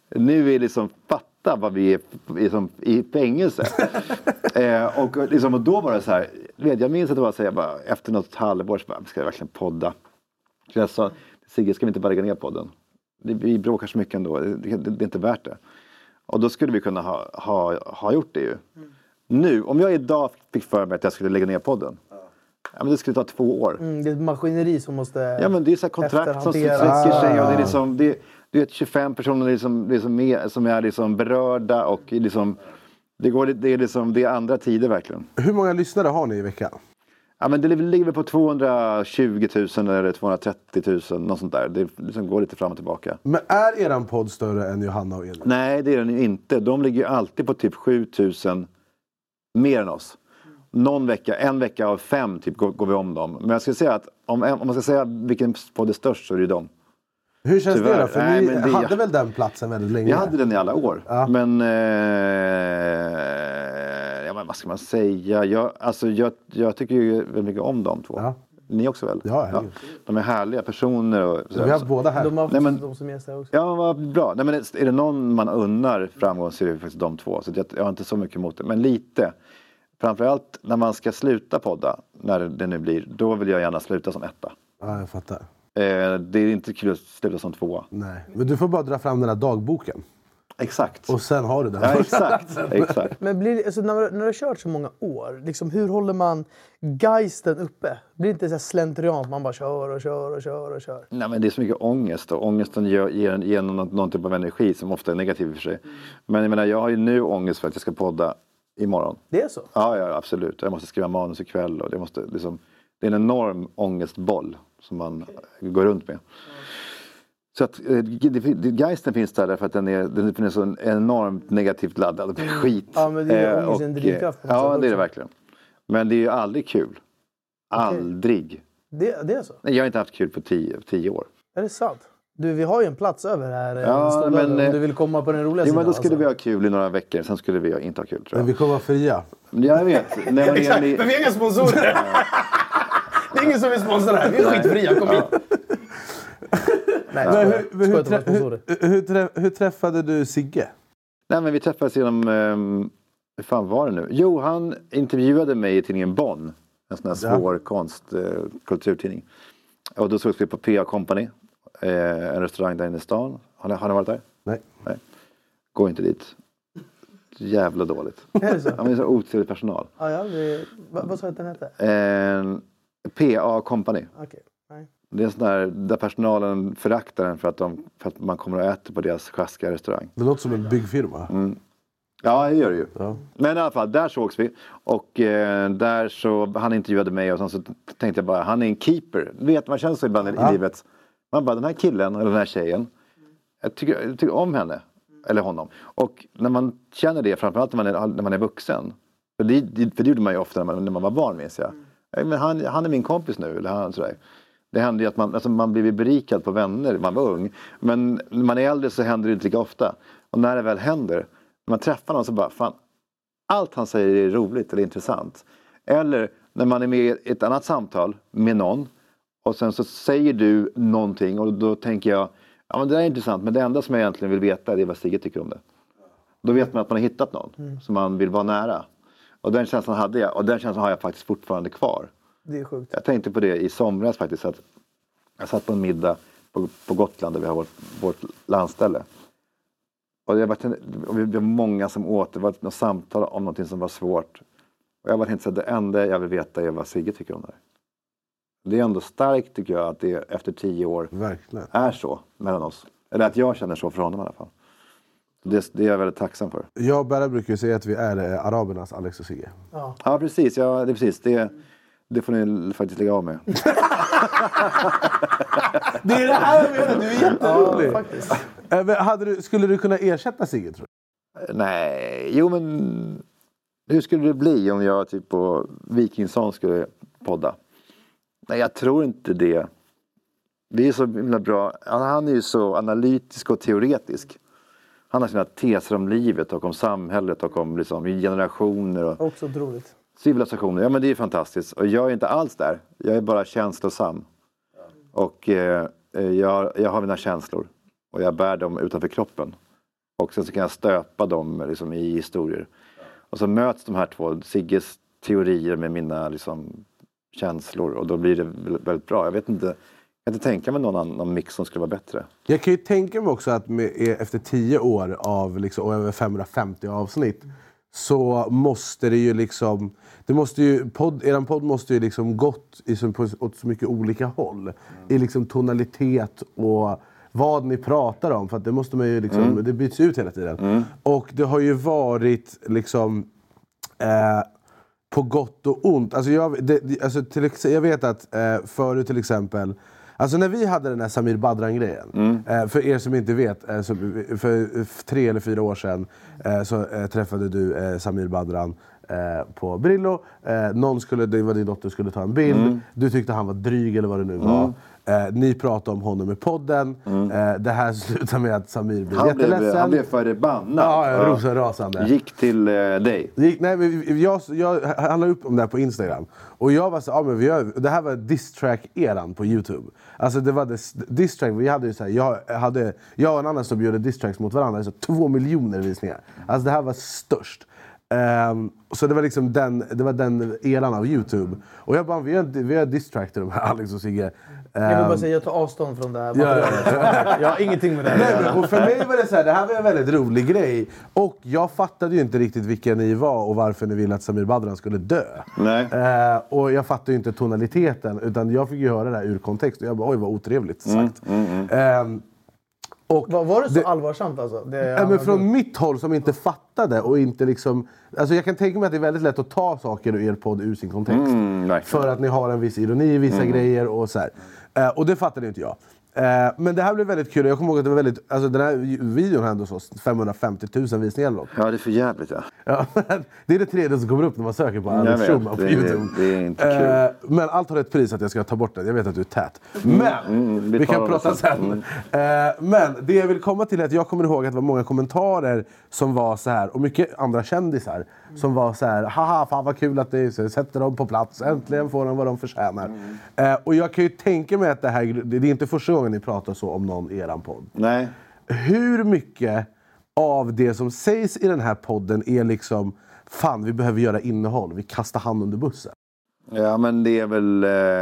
Nu är liksom, fatta vad vi är liksom, i fängelse. eh, och, liksom, och då var det så här, vet, jag minns att det var så här, bara, efter något halvår så bara, ska jag verkligen podda? Så jag sa, Sigge, ska vi inte bara lägga ner podden? Det, vi bråkar så mycket ändå, det, det, det är inte värt det. Och då skulle vi kunna ha, ha, ha gjort det ju. Mm. Nu, om jag idag fick för mig att jag skulle lägga ner podden. Ja. Ja, men det skulle ta två år. Mm, det är ett maskineri som måste. Ja, men det är så här kontrakt som sträcker sig. Och det är liksom, det, det är tjugofem personer liksom, liksom är, som är liksom berörda. Och liksom, det, går, det, är liksom, det är andra tider verkligen. Hur många lyssnare har ni i veckan? Ja, men det ligger på tvåhundratjugo tusen eller tvåhundratrettio tusen. Något sånt där. Det liksom går lite fram och tillbaka. Men är eran podd större än Johanna och Elin? Nej, det är den ju inte. De ligger ju alltid på typ sju tusen mer än oss. Någon vecka, en vecka av fem typ går, går vi om dem. Men jag skulle säga att om, om man ska säga vilken podd är störst så är det dem. Hur känns Tyvärr. det då? För Nej, ni det, hade jag, väl den platsen väldigt länge? Jag hade den i alla år. Ja. Men, eh, ja, men vad ska man säga? Jag, alltså, jag, jag tycker ju väldigt mycket om de två. Ja. Ni också väl? Ja, ja. De är härliga personer. Och, så vi har haft båda här. De har haft Nej, men, de som gäster också. Ja, vad bra. Nej, men är det någon man unnar framgång så är det faktiskt de två. Så jag, jag har inte så mycket emot det. Men lite. Framförallt när man ska sluta podda, när det nu blir, då vill jag gärna sluta som etta. Ja, jag fattar. Eh, det är inte kul att sluta som tvåa. Nej, men du får bara dra fram den här dagboken. Exakt. Och sen har du den. Ja, exakt. exakt. Men blir, alltså, när, när du har kört så många år, liksom, hur håller man geisten uppe? Blir det inte så här slentrian, man bara kör och kör och kör och kör? Nej, men det är så mycket ångest och ångesten ger, ger, ger någon, någon typ av energi som ofta är negativ för sig. Mm. Men jag menar, jag har ju nu ångest för att jag ska podda imorgon. Det är så? Ja, ja, absolut. Jag måste skriva manus ikväll och det måste liksom, det är en enorm ångestboll som man okay. går runt med. Mm. Så att geisten finns där därför att den är, den är så enormt negativt laddad. Mm. Skit. Ja, men det är ångest en drivkraft. Ja, det är det verkligen. Men det är ju aldrig kul. Aldrig. Okay. Det, det är så? Nej, jag har inte haft kul på tio, tio år. Är det sant? Du, vi har ju en plats över här. Ja, men, om du vill komma på den roliga sidan. Ja, men då skulle alltså. vi ha kul i några veckor. Sen skulle vi inte ha kul, tror jag. Men vi kommer vara fria. Ja, jag vet. Nej, men Exakt, ni... men vi är inga sponsorer. Det är ingen som vill sponsra det här. Vi är skitfria, kom hit. Nej, men hur, hur, trä, hur, hur, trä, hur träffade du Sigge? Nej, men vi träffades genom... Um, hur fan var det nu? Jo, han intervjuade mig i tidningen Bonn. En sån här svår ja. konst, uh, kulturtidning. Och då sågs vi på P A Company. Uh, en restaurang där inne i stan. Har ni, har ni varit där? Nej. Nej. Gå inte dit. Jävla dåligt. Är det så? Ja, men det är så otrevlig personal. Ja, ja, det, vad, vad sa du att den hette? Uh, P A Company. Okej. Okay. Nej. Det är en sån där, där personalen föraktar den för att, de, för att man kommer att äta på deras sjaskiga restaurang. Det låter som en byggfirma. Mm. Ja, det gör det ju. Ja. Men i alla fall, där sågs vi. Och eh, där så, han intervjuade mig och så tänkte jag bara, han är en keeper. Du vet, man känner så ibland ja. i livet. Man bara, den här killen eller den här tjejen, jag tycker, jag tycker om henne. Eller honom. Och när man känner det, framförallt när man är, när man är vuxen. För det, för det gjorde man ju ofta när man, när man var barn, minns jag. Mm. Men han, han är min kompis nu, eller han sådär. Det händer ju att man, alltså man blir berikad på vänner när man var ung. Men när man är äldre så händer det inte lika ofta. Och när det väl händer, när man träffar någon så bara, fan, allt han säger är roligt eller intressant. Eller när man är med i ett annat samtal med någon. Och sen så säger du någonting och då tänker jag, ja men det är intressant. Men det enda som jag egentligen vill veta är vad Sigge tycker om det. Då vet man att man har hittat någon mm. som man vill vara nära. Och den känslan hade jag, och den känslan har jag faktiskt fortfarande kvar. Det är sjukt. Jag tänkte på det i somras faktiskt. Att jag satt på en middag på, på Gotland där vi har vårt, vårt landställe. Och det var, och vi var många som åt. Det var något samtal om någonting som var svårt. Och jag var helt så att det enda jag vill veta är vad Sigge tycker om det här. Det är ändå starkt tycker jag att det efter tio år verkligen är så mellan oss. Eller att jag känner så för honom i alla fall. Det, det är jag väldigt tacksam för. Jag och Berra brukar ju säga att vi är eh, arabernas Alex och Sigge. Ja, ja precis. Ja, det är precis. Det, det får ni faktiskt lägga av med. Det är det här jag menar. Du är jätterolig. Ja, faktiskt. Äh, hade du, skulle du kunna ersätta Sigge, tror du? Nej, jo men... Hur skulle det bli om jag typ på Wikingsson skulle podda? Nej, jag tror inte det. Det är så himla bra. Han är ju så analytisk och teoretisk. Han har sina teser om livet och om samhället och om liksom generationer. Och också otroligt. Civilisationer. Ja, men det är fantastiskt. Och jag är inte alls där. Jag är bara känslosam. Och eh, jag, jag har mina känslor. Och jag bär dem utanför kroppen. Och sen så kan jag stöpa dem liksom, i historier. Och så möts de här två, Sigges teorier med mina liksom, känslor. Och då blir det väldigt bra. Jag vet inte, jag kan inte tänka mig någon annan mix som skulle vara bättre. Jag kan ju tänka mig också att med, efter tio år av liksom, och över femhundrafemtio avsnitt så måste det ju liksom... Det måste ju, podd, eran podd måste ju liksom gått i så, på, åt så mycket olika håll. Mm. I liksom tonalitet och vad ni pratar om. För att det måste man ju liksom, mm. det byts ut hela tiden. Mm. Och det har ju varit liksom eh, på gott och ont. Alltså jag, det, alltså till, jag vet att eh, förut till exempel, alltså när vi hade den här Samir Badran-grejen, mm. eh, för er som inte vet, eh, så, för, för tre eller fyra år sedan eh, så eh, träffade du eh, Samir Badran eh, på Brillo. Eh, någon skulle, det var din dotter skulle ta en bild. Mm. Du tyckte han var dryg eller vad det nu var. Mm. Eh, ni pratade om honom i podden. Mm. Eh, det här slutar med att Samir blev han jätteledsen. Blev, han blev förbannad. Ja, ja, rosenrasande. Gick till eh, dig. Gick, nej, men jag, jag, han la upp om det här på Instagram. Och jag var så, ja men vi gör, det här var diss-track-eran på YouTube. Alltså det var diss-track, vi hade ju så här, jag, hade, jag och en annan som gjorde diss-tracks mot varandra, så två miljoner visningar. Alltså det här var störst. Um, så det var liksom den, det var den eran av YouTube. Och jag bara, vi har, vi har diss-track till de här, Alex och Sigge. Um, jag vill bara säga, jag tar avstånd från det här materialet. Jag har ingenting med det här. Nej, men, och för mig var det så här, det här var en väldigt rolig grej. Och jag fattade ju inte riktigt vilka ni var och varför ni ville att Samir Badran skulle dö. Nej. Uh, och jag fattade ju inte tonaliteten, utan jag fick ju höra det här ur kontext. Och jag bara, oj vad otrevligt sagt. Mm, mm, mm. Um, Och var, var det så det, allvarsamt alltså? Det, ja, men från mitt håll som inte fattade och inte liksom... Alltså jag kan tänka mig att det är väldigt lätt att ta saker ur er podd ur sin kontext. Mm, för att ni har en viss ironi i vissa mm. grejer och så här. Uh, och det fattade inte jag. Uh, men det här blev väldigt kul. Jag kommer ihåg att det var väldigt... Alltså den här videon hade så femhundrafemtio tusen visningar eller något. Ja, det är för jävligt, ja. Ja, det är det tredje som kommer upp när man söker på Alex Schulman på det, YouTube. Det, det är inte kul. Uh, men allt har ett pris att jag ska ta bort det. Jag vet att du är tät. Men, mm, vi, vi kan prata sen. Mm. Uh, men det jag vill komma till är att jag kommer ihåg att det var många kommentarer som var så här, och mycket andra kändisar mm. som var så här, haha, fan vad kul att det är, sätter dem på plats, äntligen får de vad de förtjänar. Mm. Uh, och jag kan ju tänka mig att det här, det är inte första gången ni pratar så om någon i eran podd. Nej. Hur mycket av det som sägs i den här podden är liksom, fan vi behöver göra innehåll, vi kastar hand under bussen? Ja, men det är väl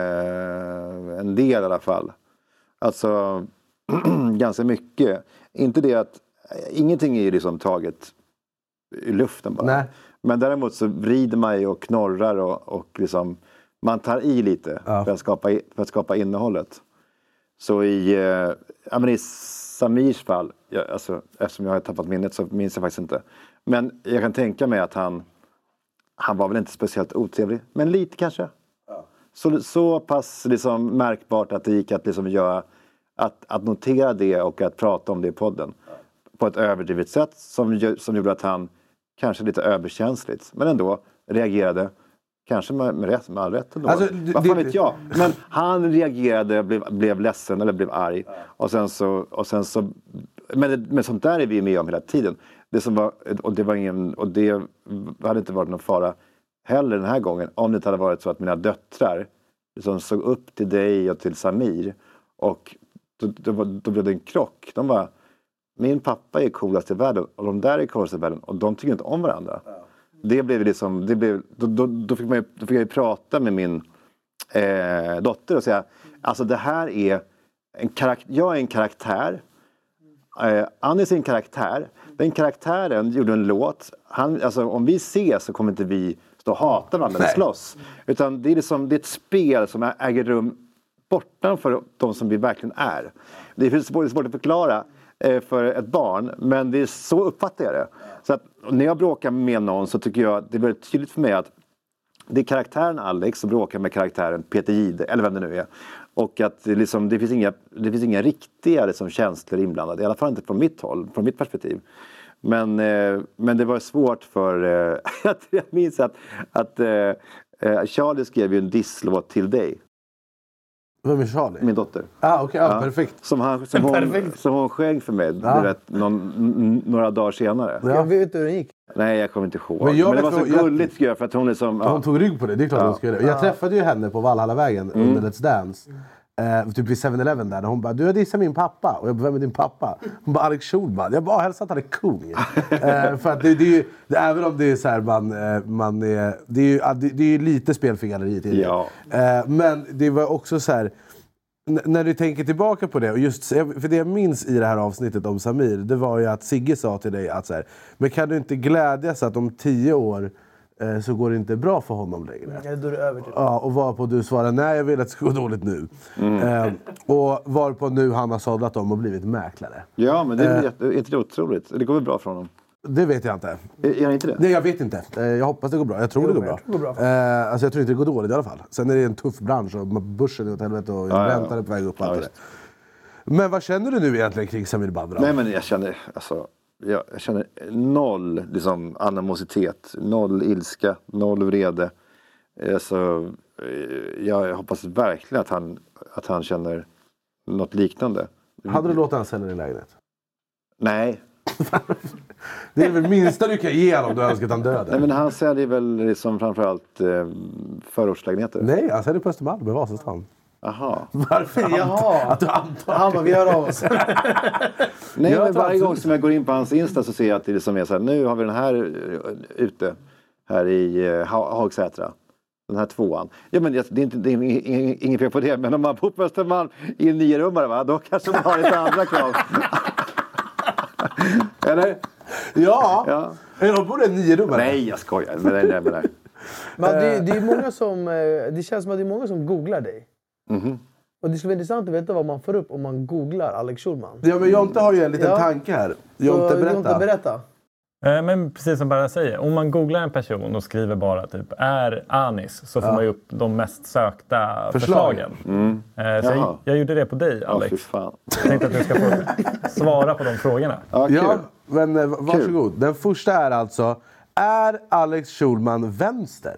eh, en del i alla fall. Alltså, ganska mycket. Inte det att, ingenting är ju liksom taget i luften bara. Nej. Men däremot så vrider man ju och knorrar och, och liksom, man tar i lite ja. för, att skapa, för att skapa innehållet. Så i, eh, ja, men i Samirs fall, jag, alltså, eftersom jag har tappat minnet så minns jag faktiskt inte. Men jag kan tänka mig att han, han var väl inte speciellt otrevlig, men lite kanske. Ja. Så, så pass liksom märkbart att det gick att liksom göra, att, att notera det och att prata om det i podden. Ja. På ett överdrivet sätt som, som gjorde att han kanske lite överkänsligt, men ändå reagerade. Kanske med, med, rätt, med all rätt ändå. Alltså, d- Vad fan vet jag? Men han reagerade, blev, blev ledsen eller blev arg. Ja. Och sen så... Och sen så men, det, men sånt där är vi med om hela tiden. Det som var, och det var ingen... Och det hade inte varit någon fara heller den här gången. Om det inte hade varit så att mina döttrar liksom såg upp till dig och till Samir. Och då, då, då blev det en krock. De bara, min pappa är coolast i världen. Och de där är coolast i världen. Och de tycker inte om varandra. Ja. Det blev liksom, det blev, då, då, då, fick man ju, då fick jag ju prata med min eh, dotter och säga, alltså det här är en karaktär, jag är en karaktär, eh, Anis är en karaktär, den karaktären gjorde en låt, han, alltså om vi ses så kommer inte vi stå och hata varandra eller slåss, utan det är, liksom, det är ett spel som äger rum bortanför de som vi verkligen är. Det är svårt, svårt att förklara för ett barn, men det är så uppfattar jag det. Så att när jag bråkar med någon så tycker jag det är väldigt tydligt för mig att det är karaktären Alex som bråkar med karaktären Peter Jihde, eller vem det nu är. Och att det, liksom, det finns inga, det finns inga riktiga liksom, känslor inblandade, i alla fall inte från mitt håll, från mitt perspektiv. Men, eh, men det var svårt för, eh, jag minns att, att eh, Charlie skrev ju en disslåt till dig. Vem är Charlie? Min dotter. Ah, okay. ah, ja, perfekt. Som, han, som, hon, perfekt. som hon sjöng för mig ah. vet, någon, några dagar senare. Ja. Jag vet inte hur det gick. Nej, jag kommer inte ihåg. Men, jag Men det var så gulligt jag, för att hon är som... Ja. Hon tog rygg på det, det är klart ja. hon skulle. Jag ja. träffade ju henne på Valhallavägen mm. under Let's Dance. Eh, typ vid seven eleven där. Hon bara, du har dissat min pappa. Och jag bara, vem är din pappa? Hon bara, Alex Schulman. Jag bara, hälsa att han är kung. eh, för att det, det är ju, det, även om det är så här, man, man är, det är ju det, det är ju lite spel för galleriet. Ja. Eh, men det var också så här, n- när du tänker tillbaka på det. Och just, för det jag minns i det här avsnittet om Samir, det var ju att Sigge sa till dig att så här, men kan du inte glädjas att om tio år så går det inte bra för honom längre. Ja, då är det över till. Ja, och varpå du svarar nej, jag vill att det ska gå dåligt nu. Mm. Eh, och varpå nu han har sållat om och blivit mäklare. Ja, men det är eh, jätte, inte det otroligt. Det går väl bra för honom? Det vet jag inte. Är det inte det? Nej, jag vet inte. Eh, jag hoppas det går bra. Jag tror jo, det går bra. Jag tror det går bra. Eh, alltså jag tror inte det går dåligt i alla fall. Sen är det en tuff bransch och börsen är åt helvete och ja, räntan är på väg upp. Ja, det. Men vad känner du nu egentligen kring Samir Badran? Nej, men jag känner... Alltså... Jag känner noll liksom, animositet, noll ilska, noll vrede. Alltså, jag hoppas verkligen att han, att han känner något liknande. Hade du låtit han sälja din lägenhet? Nej. Det är väl minsta du kan ge honom om du önskar att han döde. Nej, men han säljer väl liksom framförallt eh, förortslägenheter. Nej, han säljer på Östermalm med Vasastan. Jaha. Varför Jaha. Att du antar Han bara, vi hör av oss. Nej, men varje gång som jag går in på hans Insta så ser jag att det liksom är så här, nu har vi den här ute här i uh, Hagsätra. Den här tvåan. Ja, men det är inte det är inget fel på det, men om man bor på Östermalm i en niorummare, va, då kanske man har lite andra krav. Eller? Ja. ja. Jag bor i en niorummare. Nej, jag skojar. Men nej, nej, nej. Men det, det är många som det känns som att det är många som googlar dig. Mhm. Och det skulle vara intressant att veta vad man får upp om man googlar Alex Schulman. Ja, men Jonte har ju en liten ja. tanke här. Jonte, berätta. Jonte, berätta. Men precis som bara säger, om man googlar en person och skriver bara typ är Anis, så får ja. man ju upp de mest sökta förslagen. Mm. Så jag, jag gjorde det på dig, Alex. Oh, fan. Jag tänkte att du ska få svara på de frågorna. Ja, ja men varsågod. Kul. Den första är alltså, är Alex Schulman vänster?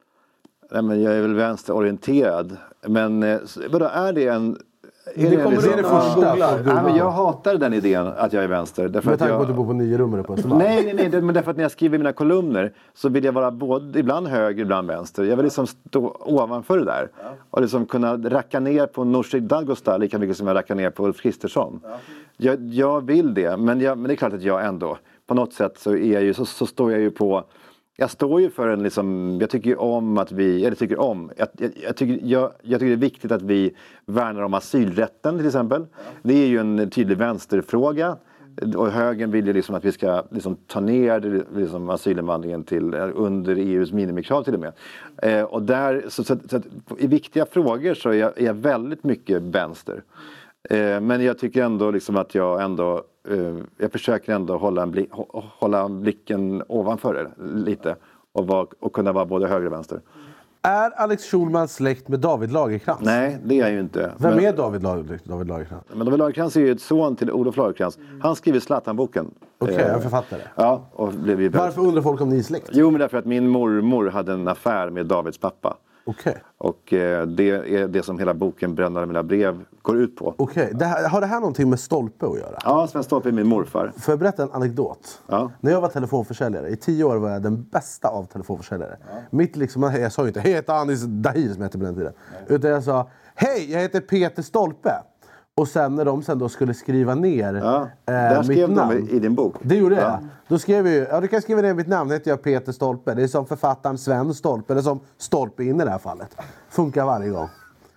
Nej, men jag är väl vänsterorienterad. Men vadå, är det en... Är det, det kommer det, det första. Ja, men jag hatar den idén att jag är vänster. Med tanke jag... på att du bor på nio rum på Östermalm. Nej, nej, nej. Men därför att när jag skriver mina kolumner så vill jag vara både ibland höger, ibland vänster. Jag vill liksom stå ovanför det där. Ja. Och liksom kunna racka ner på Nooshi Dadgostar lika mycket som jag rackar ner på Ulf Kristersson. Ja. Jag, jag vill det. Men, jag, men det är klart att jag ändå, på något sätt så, är jag ju, så, så står jag ju på... Jag står ju för en liksom, jag tycker ju om att vi, eller tycker om, jag, jag, jag, tycker, jag, jag tycker det är viktigt att vi värnar om asylrätten till exempel. Ja. Det är ju en tydlig vänsterfråga. Mm. Och högern vill ju liksom att vi ska liksom ta ner liksom asylinvandringen till under E U:s minimikrav till och med. Eh, och där, så, så, så, i viktiga frågor så är jag, är jag väldigt mycket vänster. Eh, men jag tycker ändå liksom att jag ändå Uh, jag försöker ändå hålla, en bli, hålla blicken ovanför det lite och, var, och kunna vara både höger och vänster. Är Alex Schulman släkt med David Lagercrantz? Nej, det är jag ju inte. Vem men, är David, Lager, David Lagercrantz? Men David Lagercrantz är ju ett son till Olof Lagercrantz. Han skriver Zlatan-boken. Okej, okay, uh, en författare. Ja, och blev ju Varför undrar folk om ni är släkt? Jo, men därför att min mormor hade en affär med Davids pappa. Okay. Och eh, det är det som hela boken Brännande mina brev går ut på. Okej, okay. Har det här någonting med Stolpe att göra? Ja, Sven Stolpe är min morfar. Får jag berätta en anekdot? Ja. När jag var telefonförsäljare, i tio år var jag den bästa av telefonförsäljare. Ja. Mitt liksom, jag sa ju inte, hej jag heter Anis Dahir som jag hette på den tiden. Nej. Utan jag sa, hej jag heter Peter Stolpe. Och sen när de sen då skulle skriva ner ja, eh, där mitt skrev namn. De i din bok. Det gjorde ja. jag. Då skrev vi, ja du kan skriva ner mitt namn, heter jag Peter Stolpe. Det är som författaren Sven Stolpe, eller som Stolpe in i det här fallet. Funkar varje gång.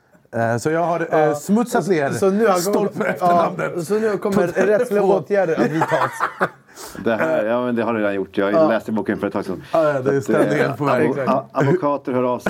Eh, så jag har eh, smutsat så, ner så nu har Stolpe efter namnet. Ja, så nu kommer rättsliga åtgärder att vidtas. Det här, ja men det har du redan gjort. Jag ja. läste boken för ett tag sedan. Ja, det är ständigt på väg. Advokater hör av sig.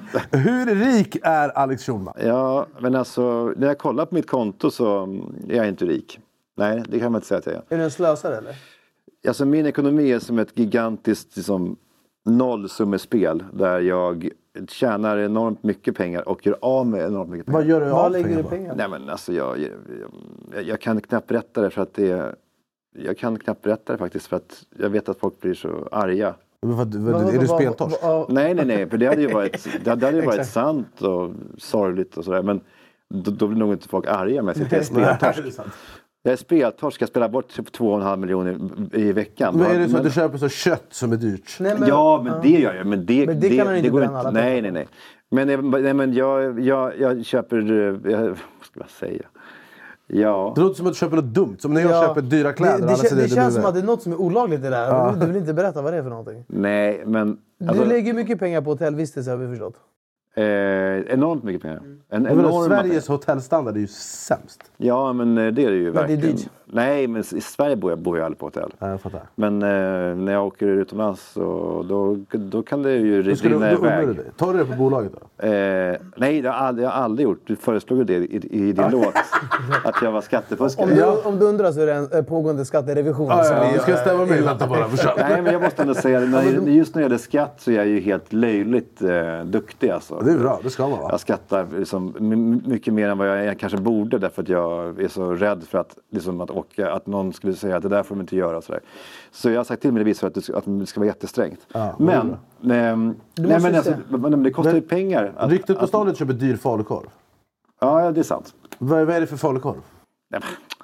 Hur rik är Alex Schulman? Ja, men alltså när jag kollar på mitt konto så är jag inte rik. Nej, det kan man inte säga att jag är. Är du en slösare eller? Alltså min ekonomi är som ett gigantiskt liksom, nollsummespel där jag tjänar enormt mycket pengar och gör av med enormt mycket pengar. Vad gör du av lägger pengar? Du pengar? Nej men alltså jag, jag, jag, jag kan knappt berätta det för att det är, jag kan knappt berätta det faktiskt för att jag vet att folk blir så arga. Men vad, vad, är du speltorsk? Nej, nej, nej. För det hade ju varit, det hade ju varit sant och sorgligt och sådär. Men då, då blir nog inte folk arga med sitt speltorsk. Jag är speltorsk, jag spelar bort typ två och en halv miljoner i veckan. Men är det så men... att du köper så kött som är dyrt? Nej, men... Ja, men det gör jag. Men det, men det, det kan man inte går bränna alla inte. Nej, nej, nej. Men, nej, men jag, jag, jag köper... Jag, vad ska jag säga? Ja. Det låter som att du köper något dumt. Som när jag ja. köper dyra kläder. Det, det, alla det, det det känns som att det är något som är olagligt i det där. Ja. Du vill inte berätta vad det är för någonting. Nej, men... Alltså... Du lägger mycket pengar på hotellvistelse, har vi förstått. Eh, enormt mycket pengar. Mm. En enorm Sveriges pengar. Hotellstandard är ju sämst. Ja, men det är det ju men verkligen. Det är dyrt. Nej, men i Sverige bor jag, bor jag aldrig på hotell. Ja, jag fattar. Men eh, när jag åker utomlands så då, då kan det ju då rinna du, iväg. Du det. Tar du det på bolaget då? Eh, nej, det har jag aldrig, jag har aldrig gjort. Du föreslog det i, i din låt. Att jag var skattefuskare. Om du, om du undrar så är det en pågående skatterevision. Ja, ja, ja. Du ska stämma mig. Vänta bara. Nej, men jag måste ändå säga när, just när det gäller skatt så är jag ju helt löjligt eh, duktig. Alltså. Det är bra, det ska man vara. Jag skattar liksom, mycket mer än vad jag kanske borde därför att jag är så rädd för att, liksom, att, åka, att någon skulle säga att det där får de inte göra. Så, där. Så jag har sagt till mig för att det ska, att det ska vara jättesträngt. Ja, men, ähm, nej, men, alltså, men det kostar ju pengar. Att, ryktet på att, stan köper dyr falukorv. Ja, det är sant. Vad, vad är det för falukorv? Nej,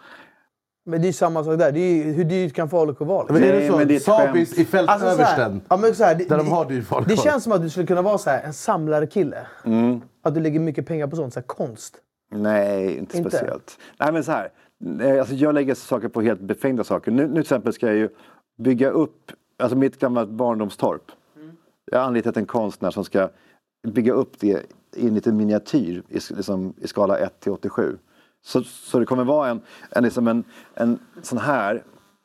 men det är samma sak där. Det är, hur dyrt kan falukorv vara? Men är det så? Det Sabis i Fältöversten. Alltså ja, där de har dyr falukorv. Det känns som att du skulle kunna vara så här, en samlarkille. Mm. Att du lägger mycket pengar på sånt, så här, konst. Nej, inte, inte speciellt. Nej, men så här. Alltså, jag lägger saker på helt befängda saker. Nu, nu till exempel ska jag ju bygga upp alltså mitt gamla barndomstorp. Mm. Jag har anlitat en konstnär som ska bygga upp det i en liten miniatyr i, liksom, i skala ett till åttiosju. Så, så det kommer vara en, en, liksom en, en sån här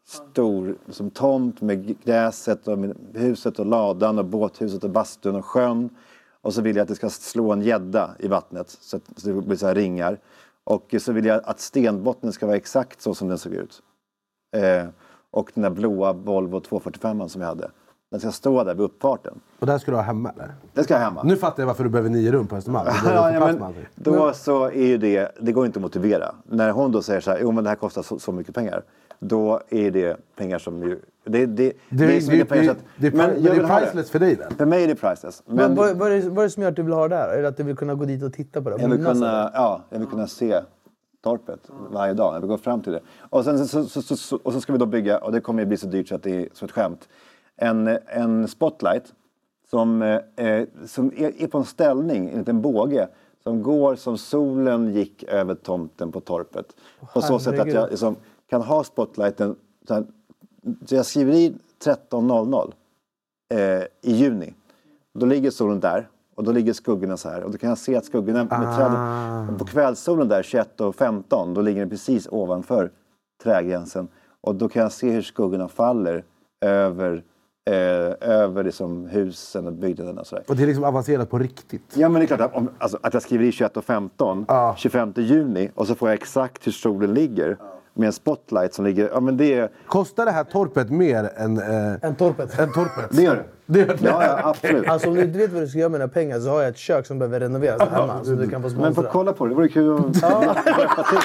stor liksom, tomt med gräset och med huset och ladan och båthuset och bastun och sjön. Och så vill jag att det ska slå en gädda i vattnet så att det blir så här ringar. Och så vill jag att stenbottnen ska vara exakt så som den såg ut. Eh, och den där blåa Volvo tvåhundrafyrtiofem som jag hade. Den ska stå där vid uppfarten. Och den ska du ha hemma eller? Den ska jag ha hemma. Nu fattar jag varför du behöver nio rum på Östermalm. ja, ja, men då så är ju det, det går inte att motivera. När hon då säger så här, jo men det här kostar så, så mycket pengar. Då är det pengar som ju... Det, det, det, det är så mycket pengar så att... Det är, men jag det är priceless för dig där. För mig är det priceless. Men, men vad, vad, är det, vad är det som gör att du vill ha det där? Är det att du vill kunna gå dit och titta på det? Jag vill kunna, ja, jag vill kunna se torpet varje dag. Jag vill gå fram till det. Och sen, så, så, så, så, och så ska vi då bygga, och det kommer ju bli så dyrt så att det är som ett skämt. En, en spotlight som, eh, som är, är på en ställning, en liten båge. Som går som solen gick över tomten på torpet. På oh, så sätt att jag liksom, kan ha spotlighten. Så, här, så jag skriver i tretton noll noll eh, i juni. Då ligger solen där. Och då ligger skuggorna så här. Och då kan jag se att skuggorna med ah. träden. På kvällssolen där tjugoett och femton. Då ligger den precis ovanför trädgränsen. Och då kan jag se hur skuggorna faller över... Eh, över liksom husen och byggnaderna och sådär. Och det är liksom avancerat på riktigt. Ja, men det är klart att, om, alltså, att jag skriver i tjugoett och femton, ah. tjugofemte juni och så får jag exakt hur solen ligger ah. med en spotlight som ligger, ja men det är... Kostar det här torpet mer än... Eh, än torpet? Än torpet? Det gör det. det, gör det. Ja, ja, absolut. Alltså om du inte vet vad du ska göra med dina pengar så har jag ett kök som behöver renoveras hemma. Ah, så du kan få sponsra. Men få kolla på det, det vore kul att hjälpa till.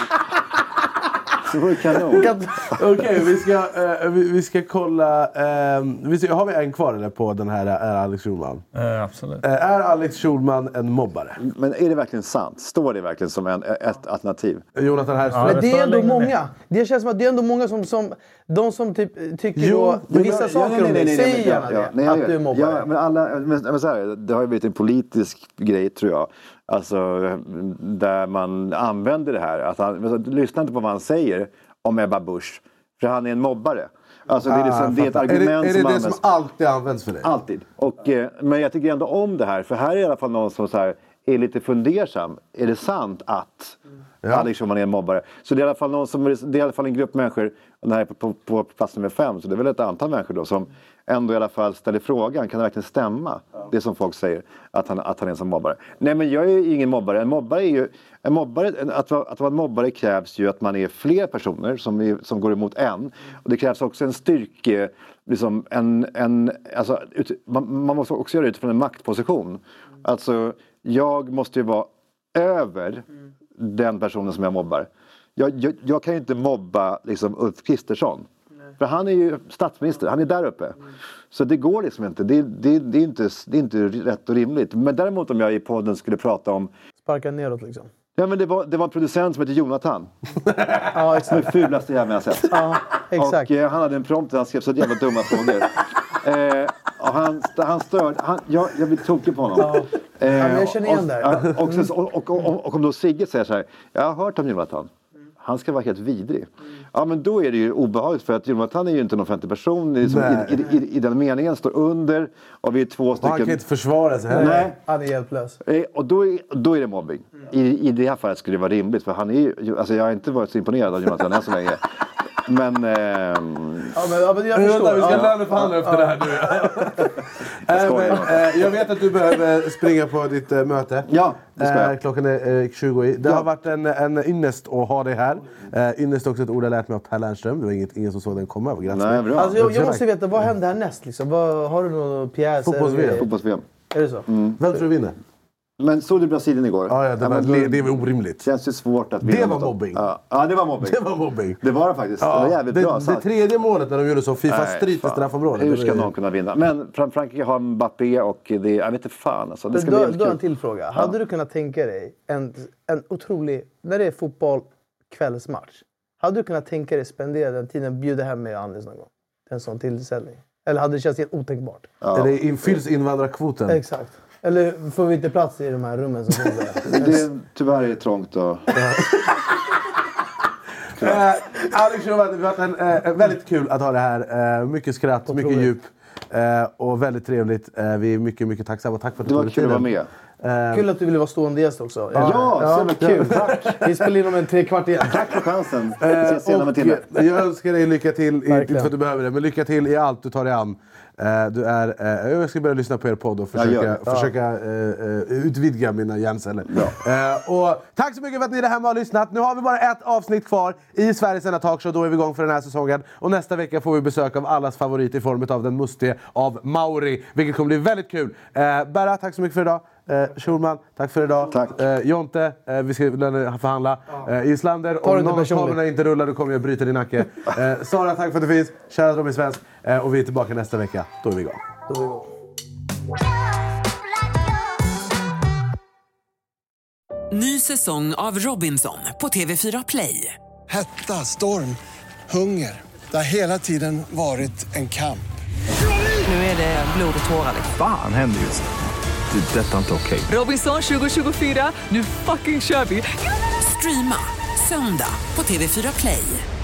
Det vore kanon. Okej, okay, vi, ska, uh, vi, vi ska kolla. Uh, vi ska, har vi en kvar eller på den här är Alex Schulman? Uh, absolut. Uh, är Alex Schulman en mobbare? Men är det verkligen sant? Står det verkligen som en, ett alternativ? Jonathan här. Ja, men det är ändå många. Det känns som att det är ändå många som, som de som typ tycker jo, då, vissa jag, saker om dig säger gärna ja, det. Ja, att du är mobbare. Ja, men alla, men, men så här, det har ju blivit en politisk grej tror jag. Alltså där man använder det här. Att han, lyssna inte på vad han säger om Ebba Busch. För han är en mobbare. Alltså det är, liksom, ah, det är ett argument är det, är det som det används. som alltid används för dig? Alltid. Och, eh, men jag tycker ändå om det här. För här är i alla fall någon som så här, är lite fundersam. Är det sant att ja. Alex Schulman är en mobbare? Så det är i alla fall, någon som, det är i alla fall en grupp människor. Och det här är på, på, på plats nummer fem. Så det är väl ett antal människor då som ändå i alla fall ställer frågan. Kan det verkligen stämma? Ja. Det som folk säger. Att han, att han är en som mobbare. Nej men jag är ju ingen mobbare. En mobbare är ju... En mobbare, att, att vara en mobbare krävs ju att man är fler personer som, är, som går emot en. Och det krävs också en styrke. Liksom en, en, alltså, ut, man, man måste också göra det utifrån en maktposition. Alltså jag måste ju vara över den personen som jag mobbar. Jag, jag, jag kan ju inte mobba liksom, Ulf Kristersson. Nej. För han är ju statsminister, han är där uppe. Mm. Så det går liksom inte. Det, det, det, är inte. det är inte rätt och rimligt. Men däremot om jag i podden skulle prata om... Sparka neråt liksom. Ja, men det var, det var en producent som heter Jonathan. Ja, exakt. Det fulaste jag har sett. Ja, exakt. Och eh, han hade en prompt där han skrev så jävla dumma frågor. Eh, och han, han störde, han, jag, jag blir tokig på honom. Ja. Eh, ja, men jag känner igen det. Och, och, och, och, och, och om då Sigge säger så här, jag har hört om Jonathan. Han ska vara helt vidrig. Ja, men då är det ju obehagligt för att Jonathan är ju inte en offentlig person. Liksom i, i, i, I den meningen står under och vi är två stycken. Han kan inte försvara sig. Nej. Han är hjälplös. Och då är, då är det mobbing. I, I det här fallet skulle det vara rimligt. För han är ju, alltså jag har inte varit så imponerad av Jonathan än så länge. Men... Ehm... Ja, men, ja, men jag förstår. Vi ska ja. löneförhandla ja. efter ja. det här nu. äh, men, äh, jag vet att du behöver springa på ditt äh, möte. Ja, det ska jag. Äh, klockan är äh, tjugo i. Det ja. har varit en, en ynnest att ha dig här. Äh, ynnest är också ett ord jag lärt mig av Per Lernström. Det var inget, ingen som såg den komma. Nej, bra. Alltså, jag, jag måste veta, vad händer härnäst? Liksom? Vad, har du någon pjäs? Fotbolls-V M. Är det så? Mm. Vem tror du vinner? Men såg du Brasilien igår? Ja, ja det, var, det, det var orimligt. Känns ju svårt att vinna. Det var mobbing. Ja. ja, det var mobbing. Det var mobbing. Det var det faktiskt. Ja. Det var jävligt det, bra. Det tredje målet när de gjorde så, FIFA strid i straffområdet. Hur ska någon kunna vinna? Men Frankrike har Mbappé och det, jag vet inte fan. Alltså. Det ska då, bli då en till fråga. Ja. Hade du kunnat tänka dig en, en otrolig, när det är fotboll, kvällsmatch. Hade du kunnat tänka dig spendera den tiden, bjuda hem med Anders någon gång? En sån tillställning. Eller hade det känts helt otänkbart? Ja. Eller in, fylls invandrarkvoten? Exakt. Eller får vi inte plats i de här rummen som finns där? Det är tyvärr är trångt och... eh, Alex, det har varit en, eh, väldigt kul att ha det här. Eh, mycket skratt, mycket djup. Eh, och väldigt trevligt. Eh, vi är mycket, mycket tacksamma. Tack för att du tog dig tiden. Det var kul att vara med. Eh, kul att du ville vara stående gäst också. Ja, ja, ja så kul. Tack. Vi spelar in om en tre kvart igen. Tack för chansen. Vi ses senare med timme. Jag önskar dig lycka till, inte för att du behöver det, men lycka till i allt du tar dig an. Uh, du är, uh, jag ska börja lyssna på er podd och försöka, ja, försöka uh, uh, utvidga mina hjärnceller. Ja. Uh, och tack så mycket för att ni är hemma och har lyssnat. Nu har vi bara ett avsnitt kvar i Sveriges enda talkshow. Då är vi igång för den här säsongen. Och nästa vecka får vi besök av allas favorit i form av den mustige av Mauri. Vilket kommer bli väldigt kul. Uh, Berra, tack så mycket för idag. Uh, Schulman, tack för idag. Tack. Uh, Jonte, uh, vi ska förhandla. Uh, Islander, om någon av kamerorna inte rullar, då kommer jag bryta din nacke. Uh, Sara, tack för att du finns. Kära Robin Svensk. Uh, och vi är tillbaka nästa vecka. Då är vi igång. Då är vi igång. Ny säsong av Robinson på T V fyra Play. Hetta, storm, hunger. Det har hela tiden varit en kamp. Nu är det blod och tårar. Fan händer just det. Det är detta inte okej. Okay. Robinson tjugo tjugofyra, nu fucking kör vi. Streama söndag på T V fyra Play.